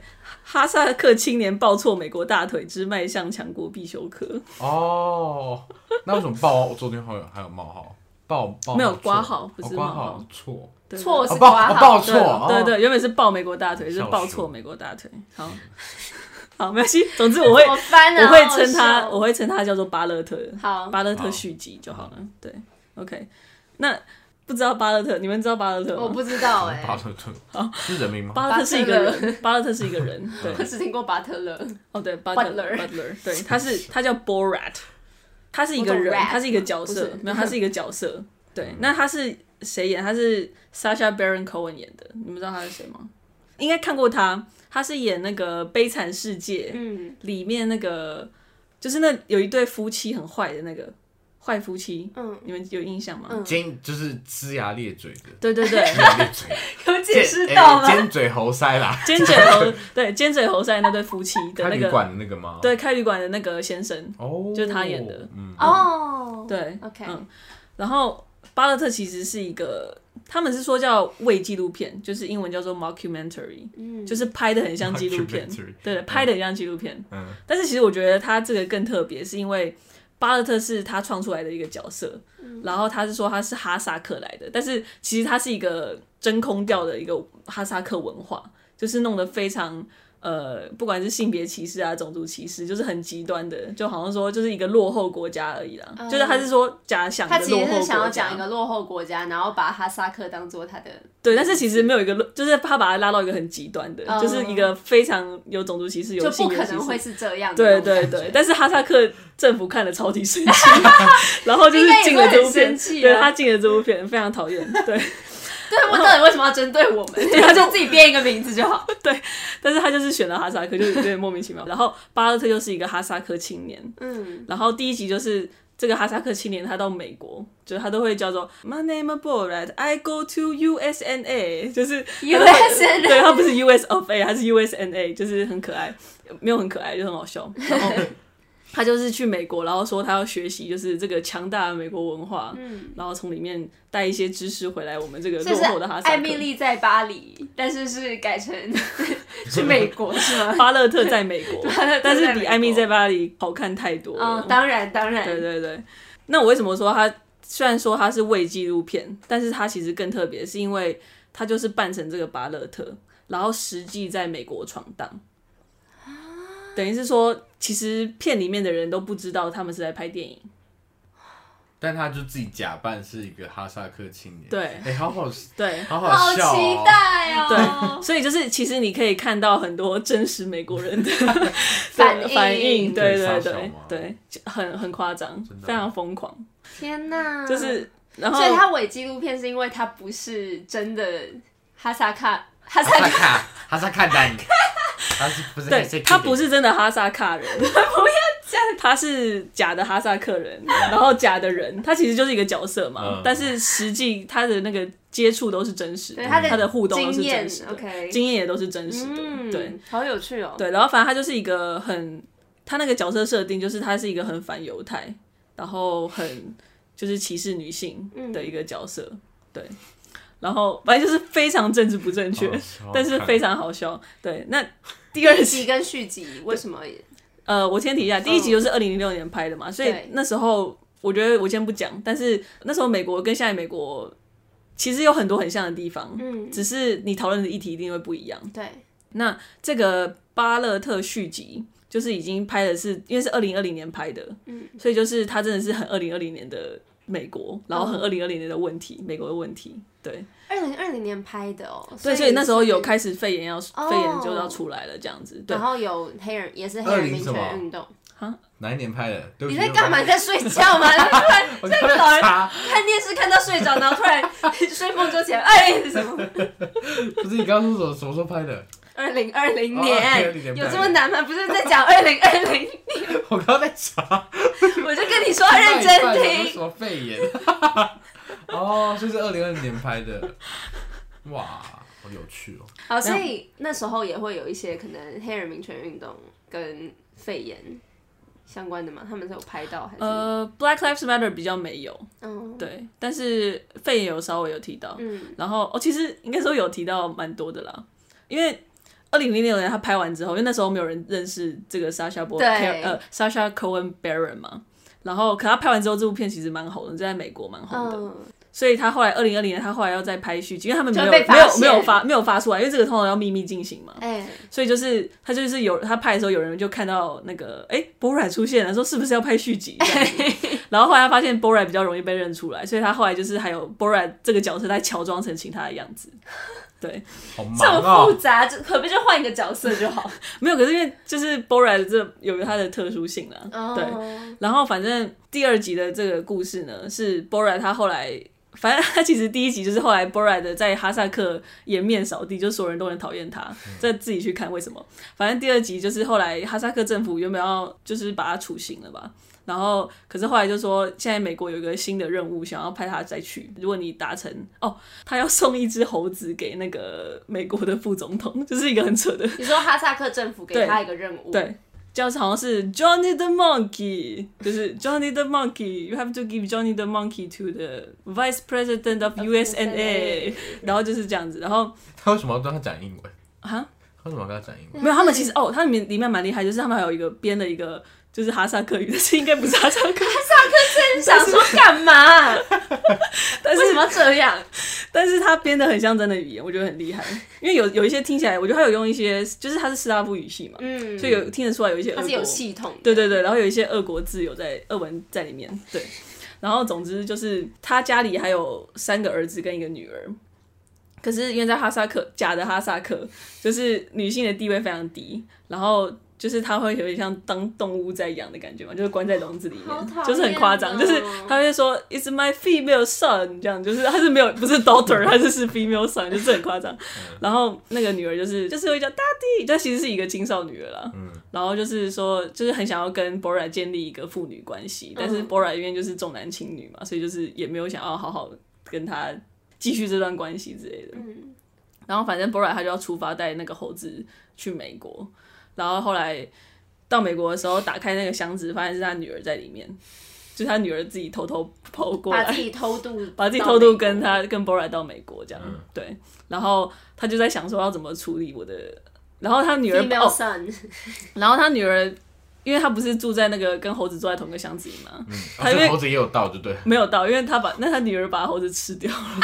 哈萨克青年抱错美国大腿之迈向强国必修课。
哦，那为什么抱昨天还有还有冒号？抱抱
没有括号，不是
括
冒号，
错
错是
括
号，
抱错，
对对，原本是抱美国大腿，是抱错美国大腿。好，好，没关系。总之我会，我会称他，我会称他叫做巴勒特。
好，
巴勒特续集就好了。对 ，OK。那不知道巴勒特，你们知道巴勒特吗？
我不知道哎。
巴勒特是人名吗？
巴勒特是一个人，巴勒特是一个人。对，
我只听过巴特勒。
哦，对，巴特勒 ，Butler， 对，他是他叫 Borat， 他是一个人，他是一个角色，没有，他是一个角色。对，那他是谁演？他是 Sacha Baron Cohen 演的，你们知道他是谁吗？应该看过他，他是演那个《悲惨世界》嗯里面那个，就是那有一对夫妻很坏的那个坏夫妻，嗯，你们有印象吗？
尖就是龇牙咧嘴的，
对对对，
咧嘴
有解释到吗？
尖嘴猴腮啦，
尖嘴猴对尖嘴猴腮那对夫妻的那个
开旅馆的那个吗？
对，开旅馆的那个先生，哦，就是他演的，
嗯，哦，
对
，OK，
嗯，然后。巴勒特其实是一个，他们是说叫伪纪录片，就是英文叫做 mockumentary，嗯，就是拍的很像纪录片，对，拍的很像纪录片。嗯，但是其实我觉得他这个更特别，是因为巴勒特是他创出来的一个角色，嗯、然后他是说他是哈萨克来的，但是其实他是一个真空掉的一个哈萨克文化，就是弄得非常。呃，不管是性别歧视啊、种族歧视，就是很极端的，就好像说就是一个落后国家而已啦。嗯、就是他是说假想的落后国家，
他其实是想要讲一个落后国家，然后把哈萨克当做他的
对，但是其实没有一个，就是他把它拉到一个很极端的，嗯、就是一个非常有种族歧视、有性别歧视，
就不可能会是这样的。
对对对，但是哈萨克政府看了超级生气，然后就是禁了这部片，对他禁了这部片，非常讨厌，对。
对，他们到底为什么要针对我们？对，他就自己编一个名字就好。
对，但是他就是选了哈萨克，就有点莫名其妙。然后巴勒特就是一个哈萨克青年，嗯，然后第一集就是这个哈萨克青年他到美国，就是他都会叫做 My name is Borat, I go to U S N A， 就是
U S N A，
对，他不是 U S of A， 他是 U S N A， 就是很可爱，没有很可爱，就很好笑。然后他就是去美国，然后说他要学习就是这个强大的美国文化，嗯，然后从里面带一些知识回来我们这个落后的哈萨克。
艾蜜莉在巴黎，但是是改成去美国是吗？
巴勒特在美国，但是比艾蜜在巴黎好看太多了。
哦，当然当然，
对对对。那我为什么说他虽然说他是伪纪录片，但是他其实更特别，是因为他就是扮成这个巴勒特，然后实际在美国闯荡。等于是说，其实片里面的人都不知道他们是在拍电影，
但他就自己假扮是一个哈萨克青年，
对，
哎、欸，好好，
对，
好好笑、哦，
好期待哦。
对，所以就是其实你可以看到很多真实美国人的
反应，
反应，对对对对，很很夸张，非常疯狂。
天哪，
就是，然后，
所以他伪纪录片是因为他不是真的哈萨克，哈
萨克，哈萨克人。他是不是
对，他不是真的哈萨克人，
不要这样，
他是假的哈萨克人，然后假的人，他其实就是一个角色嘛，嗯、但是实际他的那个接触都是真实的，他 的, 他的互动都是真实的，经验, 经验也都是真实的，嗯、对，
好有趣哦。
对，然后反正他就是一个很，他那个角色设定就是他是一个很反犹太，然后很就是歧视女性的一个角色，嗯、对。然后反正就是非常政治不正确，但是非常好笑。对，那第二
集跟续集为什么？
呃，我先提一下，第一集就是二零零六年拍的嘛，所以那时候我觉得我先不讲，但是那时候美国跟现在美国其实有很多很像的地方，嗯，只是你讨论的议题一定会不一样。
对，
那这个巴勒特续集就是已经拍的是，因为是二零二零年拍的，嗯，所以就是它真的是很二零二零年的美国，然后很二零二零年的问题，嗯、美国的问题。对，
二零二零年拍的哦，
对，所以那时候有开始肺炎要、哦、肺炎就要出来了这样子，对，
然后有黑人也是黑人民权运动，
哈，哪一年拍的？
你在干嘛？你在睡觉吗？突然在老人看电视看到睡着，然后突然睡梦就起来，哎，什么？
不是你刚刚说什么什么时候拍的？
二零二零年，有这么难吗？不是在讲二零二零年？
我刚刚在查，
我就跟你说认真听。
什么肺炎？哦，所以是二零二零年拍的，哇，好有趣哦。
好，所以那时候也会有一些可能黑人民权运动跟肺炎相关的嘛？他们是有拍到还是？
呃 ，Black Lives Matter 比较没有，嗯，对，但是肺炎有稍微有提到，嗯，然后哦，其实应该说有提到蛮多的啦，因为二零零六年他拍完之后，因为那时候没有人认识这个 Sacha Baron 呃 Sacha Cohen Baron 嘛，然后可他拍完之后，这部片其实蛮红的，在美国蛮红的。嗯，所以他后来二零二零年，他后来要再拍续集，因为他们没有没有没有发没有发出来，因为这个通常要秘密进行嘛。哎、欸，所以就是他就是有他拍的时候，有人就看到那个哎 Borat 出现了，说是不是要拍续集这样子？欸、然后后来他发现 Borat 比较容易被认出来，所以他后来就是还有 Borat 这个角色在乔装成其他的样子。对，
好忙、哦、
这么复杂，就可不可以就换一个角色就好？
没有，可是因为就是 Borat 这有它的特殊性啦。Oh. 对，然后反正第二集的这个故事呢，是 Borat 他后来。反正他其实第一集就是后来 Borat 在哈萨克颜面扫地，就所有人都很讨厌他，再自己去看为什么。反正第二集就是后来哈萨克政府原本要就是把他处刑了吧，然后可是后来就说现在美国有一个新的任务，想要派他再去。如果你达成哦，他要送一只猴子给那个美国的副总统，就是一个很扯的。
你说哈萨克政府给他一个任务？
对。对，叫好像是 Johnny the Monkey， 就是 Johnny the Monkey， you have to give Johnny the Monkey to the Vice President of U S A， 然后就是这样子。然后
他为什么要跟他讲英文
啊？
他为什么要跟他讲英文？
没有，他们其实哦，他们里面蛮厉害，就是他们还有一个编了一个就是哈萨克语，但是应该不是哈萨克。哈萨
克真想说干嘛？
但是
为什么要这样？
但是他编的很像真的语言，我觉得很厉害。因为有有一些听起来，我觉得他有用一些，就是他是斯拉夫语系嘛，嗯，所以有听得出来有一些俄国，
他是有系统的，
对对对，然后有一些俄国字有在俄文在里面，对。然后总之就是他家里还有三个儿子跟一个女儿，可是因为在哈萨克，假的哈萨克，就是女性的地位非常低，然后。就是他会有点像当动物在养的感觉嘛，就是关在笼子里面，
喔、
就是很夸张，就是他会说 "It's my female son" 这样，就是他是没有不是 daughter， 他就是 female son， 就是很夸张。然后那个女儿就是就是会叫 daddy， 她其实是一个青少女了啦。嗯、然后就是说就是很想要跟 Borat 建立一个父女关系，但是 Borat 因为就是重男轻女嘛，所以就是也没有想要好好跟他继续这段关系之类的。嗯、然后反正 Borat 他就要出发带那个猴子去美国。然后后来到美国的时候，打开那个箱子，发现是他女儿在里面，就是他女儿自己偷偷跑过来，
把自己偷渡，
把自己偷渡跟他跟 Borat 到美国这样，嗯、对。然后他就在想说要怎么处理我的，然后他女儿
哦，
然后他女儿，因为他不是住在那个跟猴子住在同一个箱子里嘛，
嗯，他因为、哦、猴子也有到就对，
没有到，因为他把那他女儿把猴子吃掉了。啊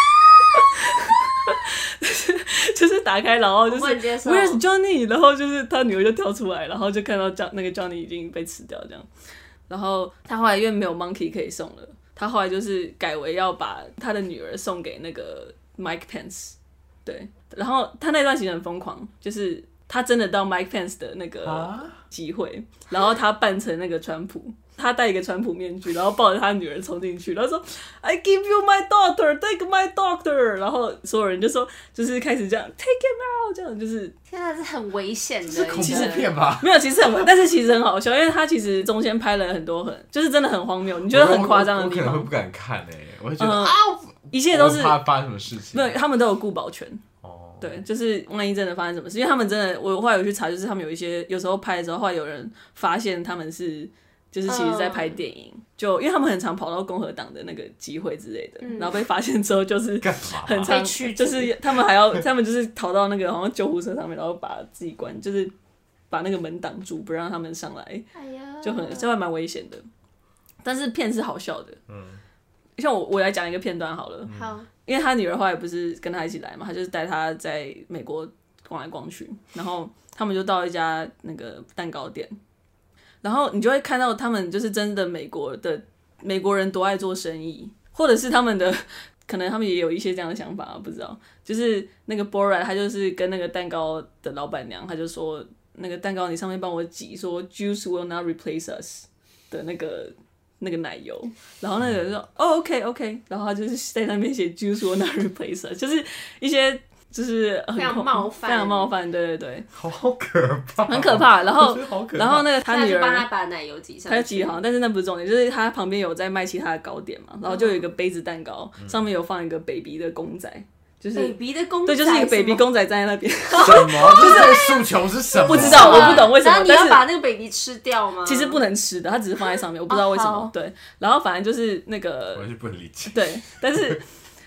就是打开，然后就是 Where's Johnny， 然后就是他女儿就跳出来，然后就看到那个 Johnny 已经被吃掉这样。然后他后来因为没有 Monkey 可以送了，他后来就是改为要把他的女儿送给那个 Mike Pence。对，然后他那段其实很疯狂，就是他真的到 Mike Pence 的那个集会，然后他扮成那个川普。他戴一个川普面具，然后抱着他女儿冲进去，然后说 "I give you my daughter, take my daughter"， 然后所有人就说，就是开始这样 "take him out"， 这样就是，
天啊，是很危险的，
是恐怖片吧？
没有，其实很，但是其实很好笑，因为他其实中间拍了很多很，就是真的很荒谬，你觉得很夸张的地方，
我可能会不敢看诶、欸，我会觉得、
嗯、
啊，
一切都是
怕发生什么事情，
没有，他们都有顾保全。对，就是万一真的发生什么事，因为他们真的，我后来有去查，就是他们有一些有时候拍的时候，后来有人发现他们是就是其实在拍电影，嗯、就因为他们很常跑到共和党的那个集会之类的，嗯、然后被发现之后就是很常，就是他们还要他们就是逃到那个好像救护车上面，然后把自己关，就是把那个门挡住，不让他们上来，哎、就很这还蛮危险的。但是片是好笑的，嗯，像我我来讲一个片段好了，
好。
因为他女儿后来不是跟他一起来嘛，他就是带他在美国逛来逛去，然后他们就到一家那个蛋糕店，然后你就会看到他们就是真的美国的美国人多爱做生意，或者是他们的可能他们也有一些这样的想法，不知道。就是那个 Borat 他就是跟那个蛋糕的老板娘，他就说那个蛋糕你上面帮我挤说 Juice will not replace us 的那个。那个奶油，然后那个人说哦 OK OK， 然后他就是在那边写 Juice will not replace us， 就是一些就是很
非常冒犯，
非常冒犯，对对对，
好可怕，
很可怕。然后然后那个他女儿，
他帮他把奶油挤上去，
他挤好像，但是那不是重点，就是他旁边有在卖其他的糕点嘛，然后就有一个杯子蛋糕，嗯、上面有放一个 baby 的公仔。就是
baby 的公仔，
对，就是一个 baby 公仔站在那边。
什么？就是这个诉求是什么？
不知道，我不懂为什么。
然后你要把那个 baby 吃掉吗？
其实不能吃的，它只是放在上面，我不知道为什么。对，然后反正就是那个，
我是不能理解。
对，但是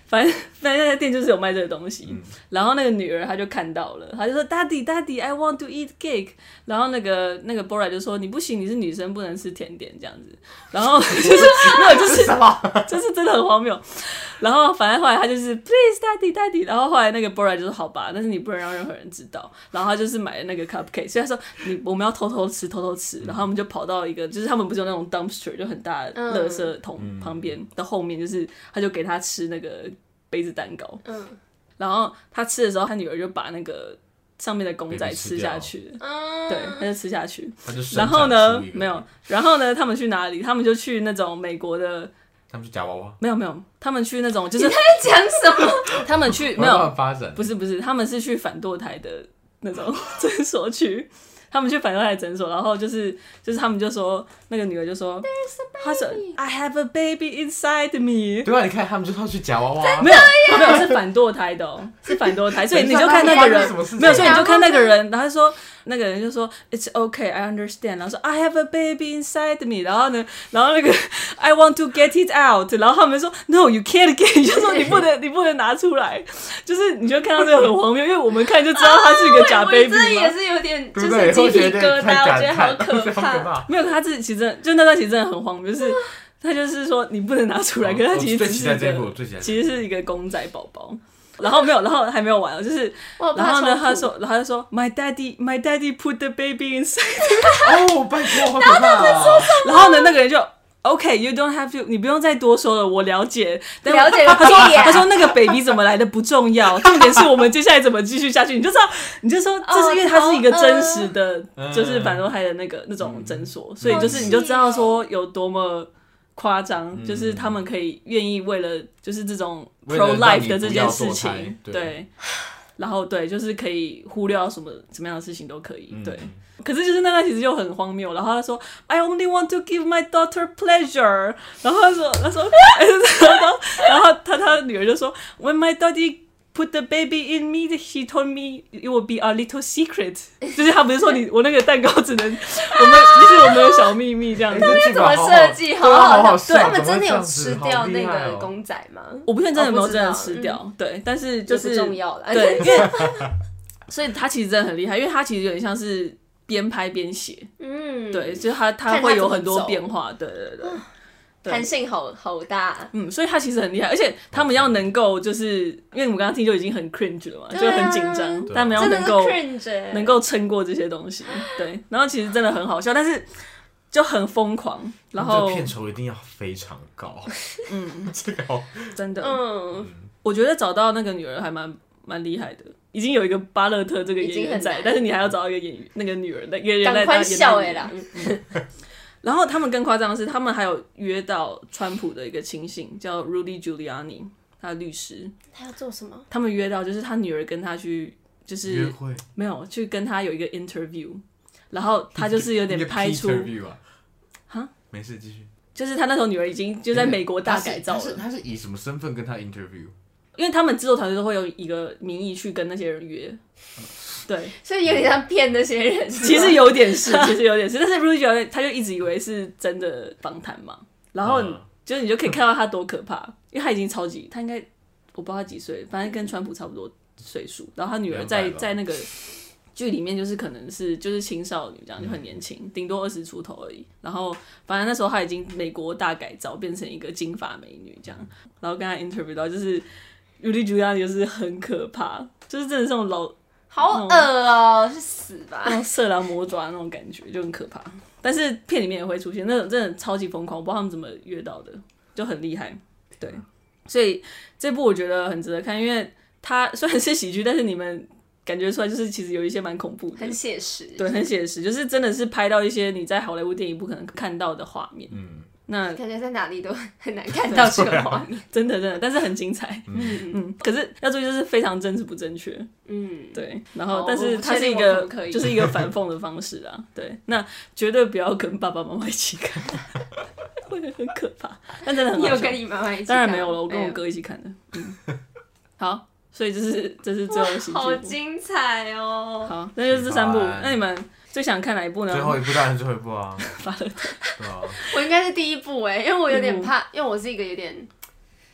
反正反正那家店就是有卖这个东西，
嗯、
然后那个女儿她就看到了，她就说 Daddy Daddy I want to eat cake， 然后那个那个 Bora 就说你不行，你是女生不能吃甜点这样子，然后就是没有就是就是真的很荒谬，然后反正后来他就是 Please Daddy Daddy， 然后后来那个 Bora 就说好吧，但是你不能让任何人知道，然后他就是买了那个 cupcake， 所以他说你我们要偷偷吃偷偷吃，然后他们就跑到一个就是他们不是有那种 dumpster 就很大的垃圾桶旁边的后面，就是他就给他吃那个杯子蛋糕，嗯，然后他吃的时候，他女儿就把那个上面的公仔吃下去，嗯，对，他就吃下去，然后呢，没有，然后呢，他们去哪里？他们就去那种美国的。
他们去夹娃娃？
没有没有，他们去那种就是
你在讲什么？
他们去没有
发展，不
是不是，他们是去反堕胎的那种诊所去，他们去反堕胎的诊所，然后就是就是他们就说那个女儿就说，她说 I have a baby inside me。
对啊，你看他们就要去夹娃娃，
没有没有是反堕胎的哦，是反堕胎，所以你就看那个人没有，所以你就看那个人，然后他说。那个人就说 It's okay, I understand， 然后说 I have a baby inside me， 然后呢，然后那个 I want to get it out， 然后他们说 No, you can't get， 就说你不能你不能拿出来，就是你就看到这个很荒谬，因为我们看就知道他是一个假 baby 嘛，
我也是有点就是鸡皮疙瘩，我觉得好可怕。
没有，他自己其实就那段其实真的很荒谬，就是他就是说你不能拿出来，可是他其实只是一个其实是一个公仔宝宝。然后没有，然后还没有完，就是然后呢，他说，然后他就说 ，My daddy, my daddy put the baby inside。
哦，拜托，好可怕啊！
然后呢，那个人就 ，OK, you don't have to， 你不用再多说了，我了解。但
了解。
他说，他说那个 baby 怎么来的不重要，重点是我们接下来怎么继续下去。你就知道，你就说这是因为它是一个真实的，就是反堕胎的那个那种诊所，所以就是你就知道说有多么。夸张，嗯、就是他们可以愿意为了就是这种 pro life 的这件事情，对，对，然后对，就是可以忽略什么什么样的事情都可以，嗯、对。可是就是那段其实就很荒谬，然后他说 I only want to give my daughter pleasure， 然后他说他说，然后他他女儿就说 When my daddy。Put the baby in me. He told me it will be a little secret. 就是他不是说你我那个蛋糕只能我们这是我们的小秘密这样子。
他们怎么设计？好好好，对，他们真的有吃掉那个公仔吗？
我不确定真的有没有真的吃掉，嗯、对，但是就是
不重要了，
对，因为所以他其实真的很厉害，因为他其实有点像是边拍边写，嗯，对，就是他他会有很多变化，对对对。
弹性好好大，
嗯，所以他其实很厉害，而且他们要能够，就是因为我们刚刚听就已经很 cringe 了嘛，啊、就很紧张，他们要能够能够撑过这些东西，对，然后其实真的很好笑，但是就很疯狂，然后
片酬一定要非常高，嗯，这个好
真的，嗯，我觉得找到那个女儿还蛮蛮厉害的，已经有一个巴勒特这个演员在，但是你还要找到一个演员那个女儿的演员来当演员啦。然后他们更夸张的是，他们还有约到川普的一个亲信叫 Rudy Giuliani， 他的律师。
他要做什么？
他们约到就是他女儿跟他去，就是
约会，
没有去跟他有一个 interview， 然后他就是有点拍出，
哈，没事继续。
就是他那时候女儿已经就在美国大改造了。
他是他是以什么身份跟他 interview？
因为他们制作团队都会有一个名义去跟那些人约。对，
所以有点像骗那些人。
其实有点是，其实有点是，但是 Rudy 他就一直以为是真的访谈嘛，然后就是你就可以看到他多可怕，因为他已经超级，他应该我不知道他几岁，反正跟川普差不多岁数，然后他女儿在在那个剧里面就是可能是就是青少女这样，就很年轻，顶多二十出头而已。然后反正那时候他已经美国大改造，变成一个金发美女这样，然后跟他 interview 到就是 Rudy Giuliani 就是很可怕，就是真的是这种老。
好恶哦，去死吧！
那种色狼魔爪那种感觉就很可怕，但是片里面也会出现那种真的超级疯狂，我不知道他们怎么约到的，就很厉害。对，所以这部我觉得很值得看，因为它虽然是喜剧，但是你们感觉出来就是其实有一些蛮恐怖的，
很写实，
对，很写实，就是真的是拍到一些你在好莱坞电影不可能看到的画面。嗯。那
感觉在哪里都很难看到这个画面，
真的真的，但是很精彩。嗯嗯，可是要注意就是非常政治不正确。嗯，对。然后，但是它是一个就是一个反讽的方式啊。对，那绝对不要跟爸爸妈妈一起看，会很可怕。但真的很好笑。
你有跟你妈妈一起看？
当然没有了，我跟我哥一起看的。嗯，好，所以这是这是最后的喜剧。
好精彩哦！
好，那就是这三部。那你们最想看哪一部呢？
最后一部当然是最后一部啊，
巴勒特。
对啊，
我应该是第一部哎、欸，因为我有点怕，因为我是一个有点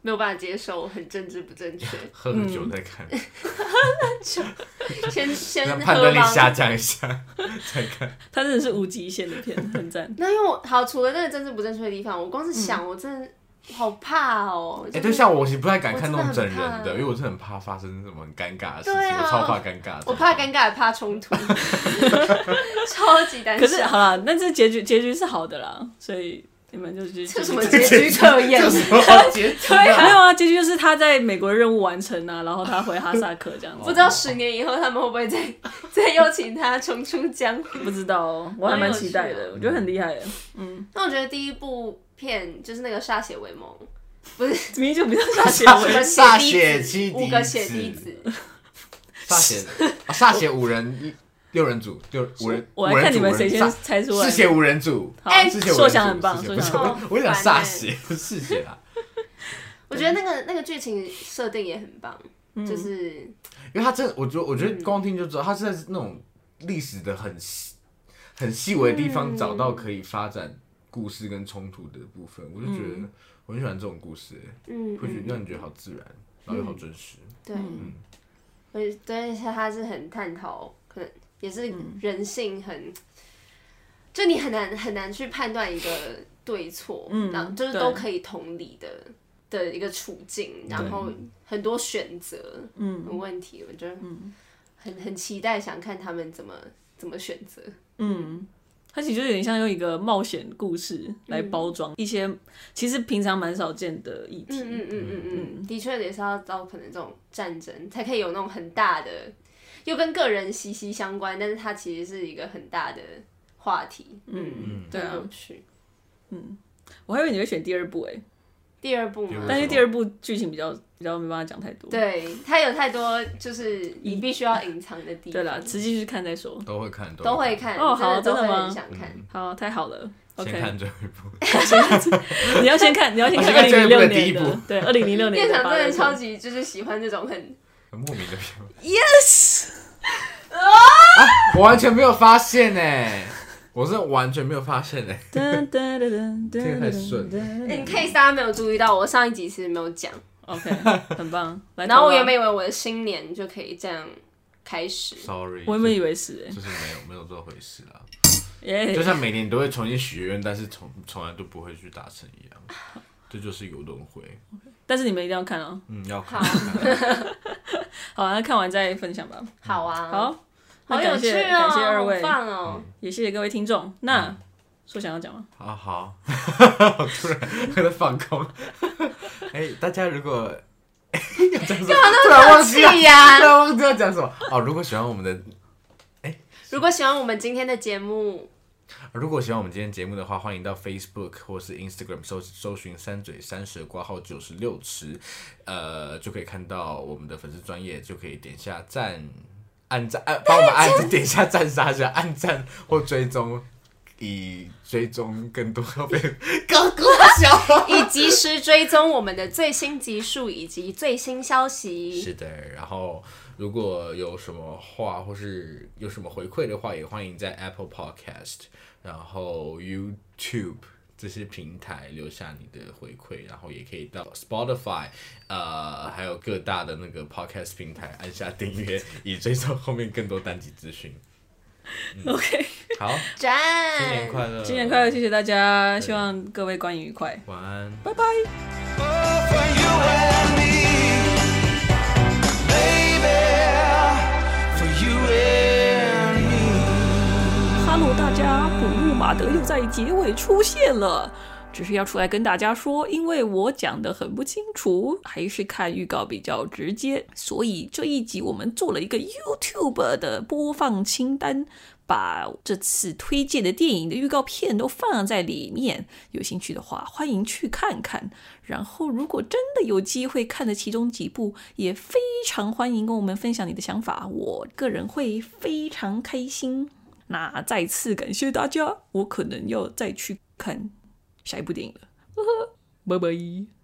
没有办法接受，很政治不正确。
喝了酒再看，
嗯、先先喝
判断力下降一下再看。
它真的是无极限的片，很赞。
那因为我好，除了那个政治不正确的地方，我光是想，嗯、我真的好怕哦。
哎、欸，对，像我其实不太敢看那种整人的，因为我是很怕发生什么很尴尬的事情，啊、我超怕尴尬的。
我怕尴尬，也怕冲突，超级担心。
可是好啦，但是结局结局是好的啦，所以。你们就去
这什么结局测验？
这什么结局？
没有啊，结局就是他在美国的任务完成啊，然后他回哈萨克这样子。
不知道十年以后他们会不会再再邀请他重出江湖？
不知道哦，我还蛮期待的，我觉得很厉害的。嗯，
那我觉得第一部片就是那个歃血为盟，不是
明明就不叫歃血为盟，
歃血七
五个血滴子，
歃血啊，歃血五人。六人组，六五人，
我来看你们谁先猜出来。
嗜血五人组，
哎，硕
想
很棒，硕想很棒。
我讲歃血，不是嗜血啦。
我觉得那个那个剧情设定也很棒，
嗯、
就是
因为他真的，我觉得我觉得光听就知道，他是在那种历史的很很细微的地方找到可以发展故事跟冲突的部分，我就觉得我很喜欢这种故事，嗯，会让你觉得好自然，然后又好真实。
对，嗯，而且他是很探讨可能。也是人性很，嗯、就你很难很难去判断一个对错，嗯，然后就是都可以同理的的一个处境，然后很多选择，嗯，问题，我觉得很很期待想看他们怎么怎么选择，
嗯，它其实有点像用一个冒险故事来包装一些其实平常蛮少见的议题，
嗯嗯嗯嗯嗯，的确也是要到可能这种战争才可以有那种很大的。又跟个人息息相关，但是它其实是一个很大的话题，嗯嗯，对啊，有趣，
嗯，我还以为你会选第二部诶，
第二部嘛，
但是第二部剧情比较比较没办法讲太多，
对，它有太多就是你必须要隐藏的地方，
对啦，实际去看再说，
都会看，
都会看，
哦，好，真的吗？
很想看，
好，太好了。
先看最后一部，
你要先看，你要先看二零零六年的，对，二零零六年的。
店长真的超级就是喜欢这种很。
很莫名的片
，yes，
啊，我完全没有发现哎，我是完全没有发现哎，这个太顺。
哎，你 case 大家没有注意到，我上一集其实没有讲
，OK， 很棒。
然后我原本以为我的新年就可以这样开始
，sorry，
我原本以为是哎，
就是没有没有这回事啦。
Yeah.
就像每年都会重新许愿，但是从从来都不会去达成一样，这就是一个轮回。
但是你们一定要看哦。
嗯，要看。
好啊，那看完再分享吧。
好啊，
好，
好有趣哦，
感谢二位，
好棒哦，
也谢谢各位听众。那说想要讲吗？
好好，好突然我在放空。哎，大家如果要讲什么，突然忘记呀，突然忘记要讲什么哦。如果喜欢我们的。
如果喜欢我们今天的节目，
如果喜欢我们今天节目的话，欢迎到 Facebook 或是 Instagram 搜搜寻三嘴三舌括号九十六尺，呃，就可以看到我们的粉丝专页，就可以点下赞、按赞、按帮我们按点下赞杀下按赞或追踪，以追踪更多被高高小，
以及时追踪我们的最新集数以及最新消息。
是的，然后。如果有什么话或是有什么回馈的话，也欢迎在 Apple Podcast， 然后 YouTube 这些平台留下你的回馈，然后也可以到 Spotify， 呃，还有各大的那个 Podcast 平台按下订阅，以追踪后面更多单集资讯。
嗯、OK，
好，
赞，
新年快乐，
新年快乐，谢谢大家，希望各位观影愉快，
晚安，
拜拜。哈喽，大家，布鲁马德又在结尾出现了，只是要出来跟大家说，因为我讲得很不清楚，还是看预告比较直接，所以这一集我们做了一个 YouTube 的播放清单，把这次推荐的电影的预告片都放在里面，有兴趣的话欢迎去看看。然后如果真的有机会看的其中几部，也非常欢迎跟我们分享你的想法，我个人会非常开心。那再次感谢大家，我可能要再去看下一部电影了，拜拜。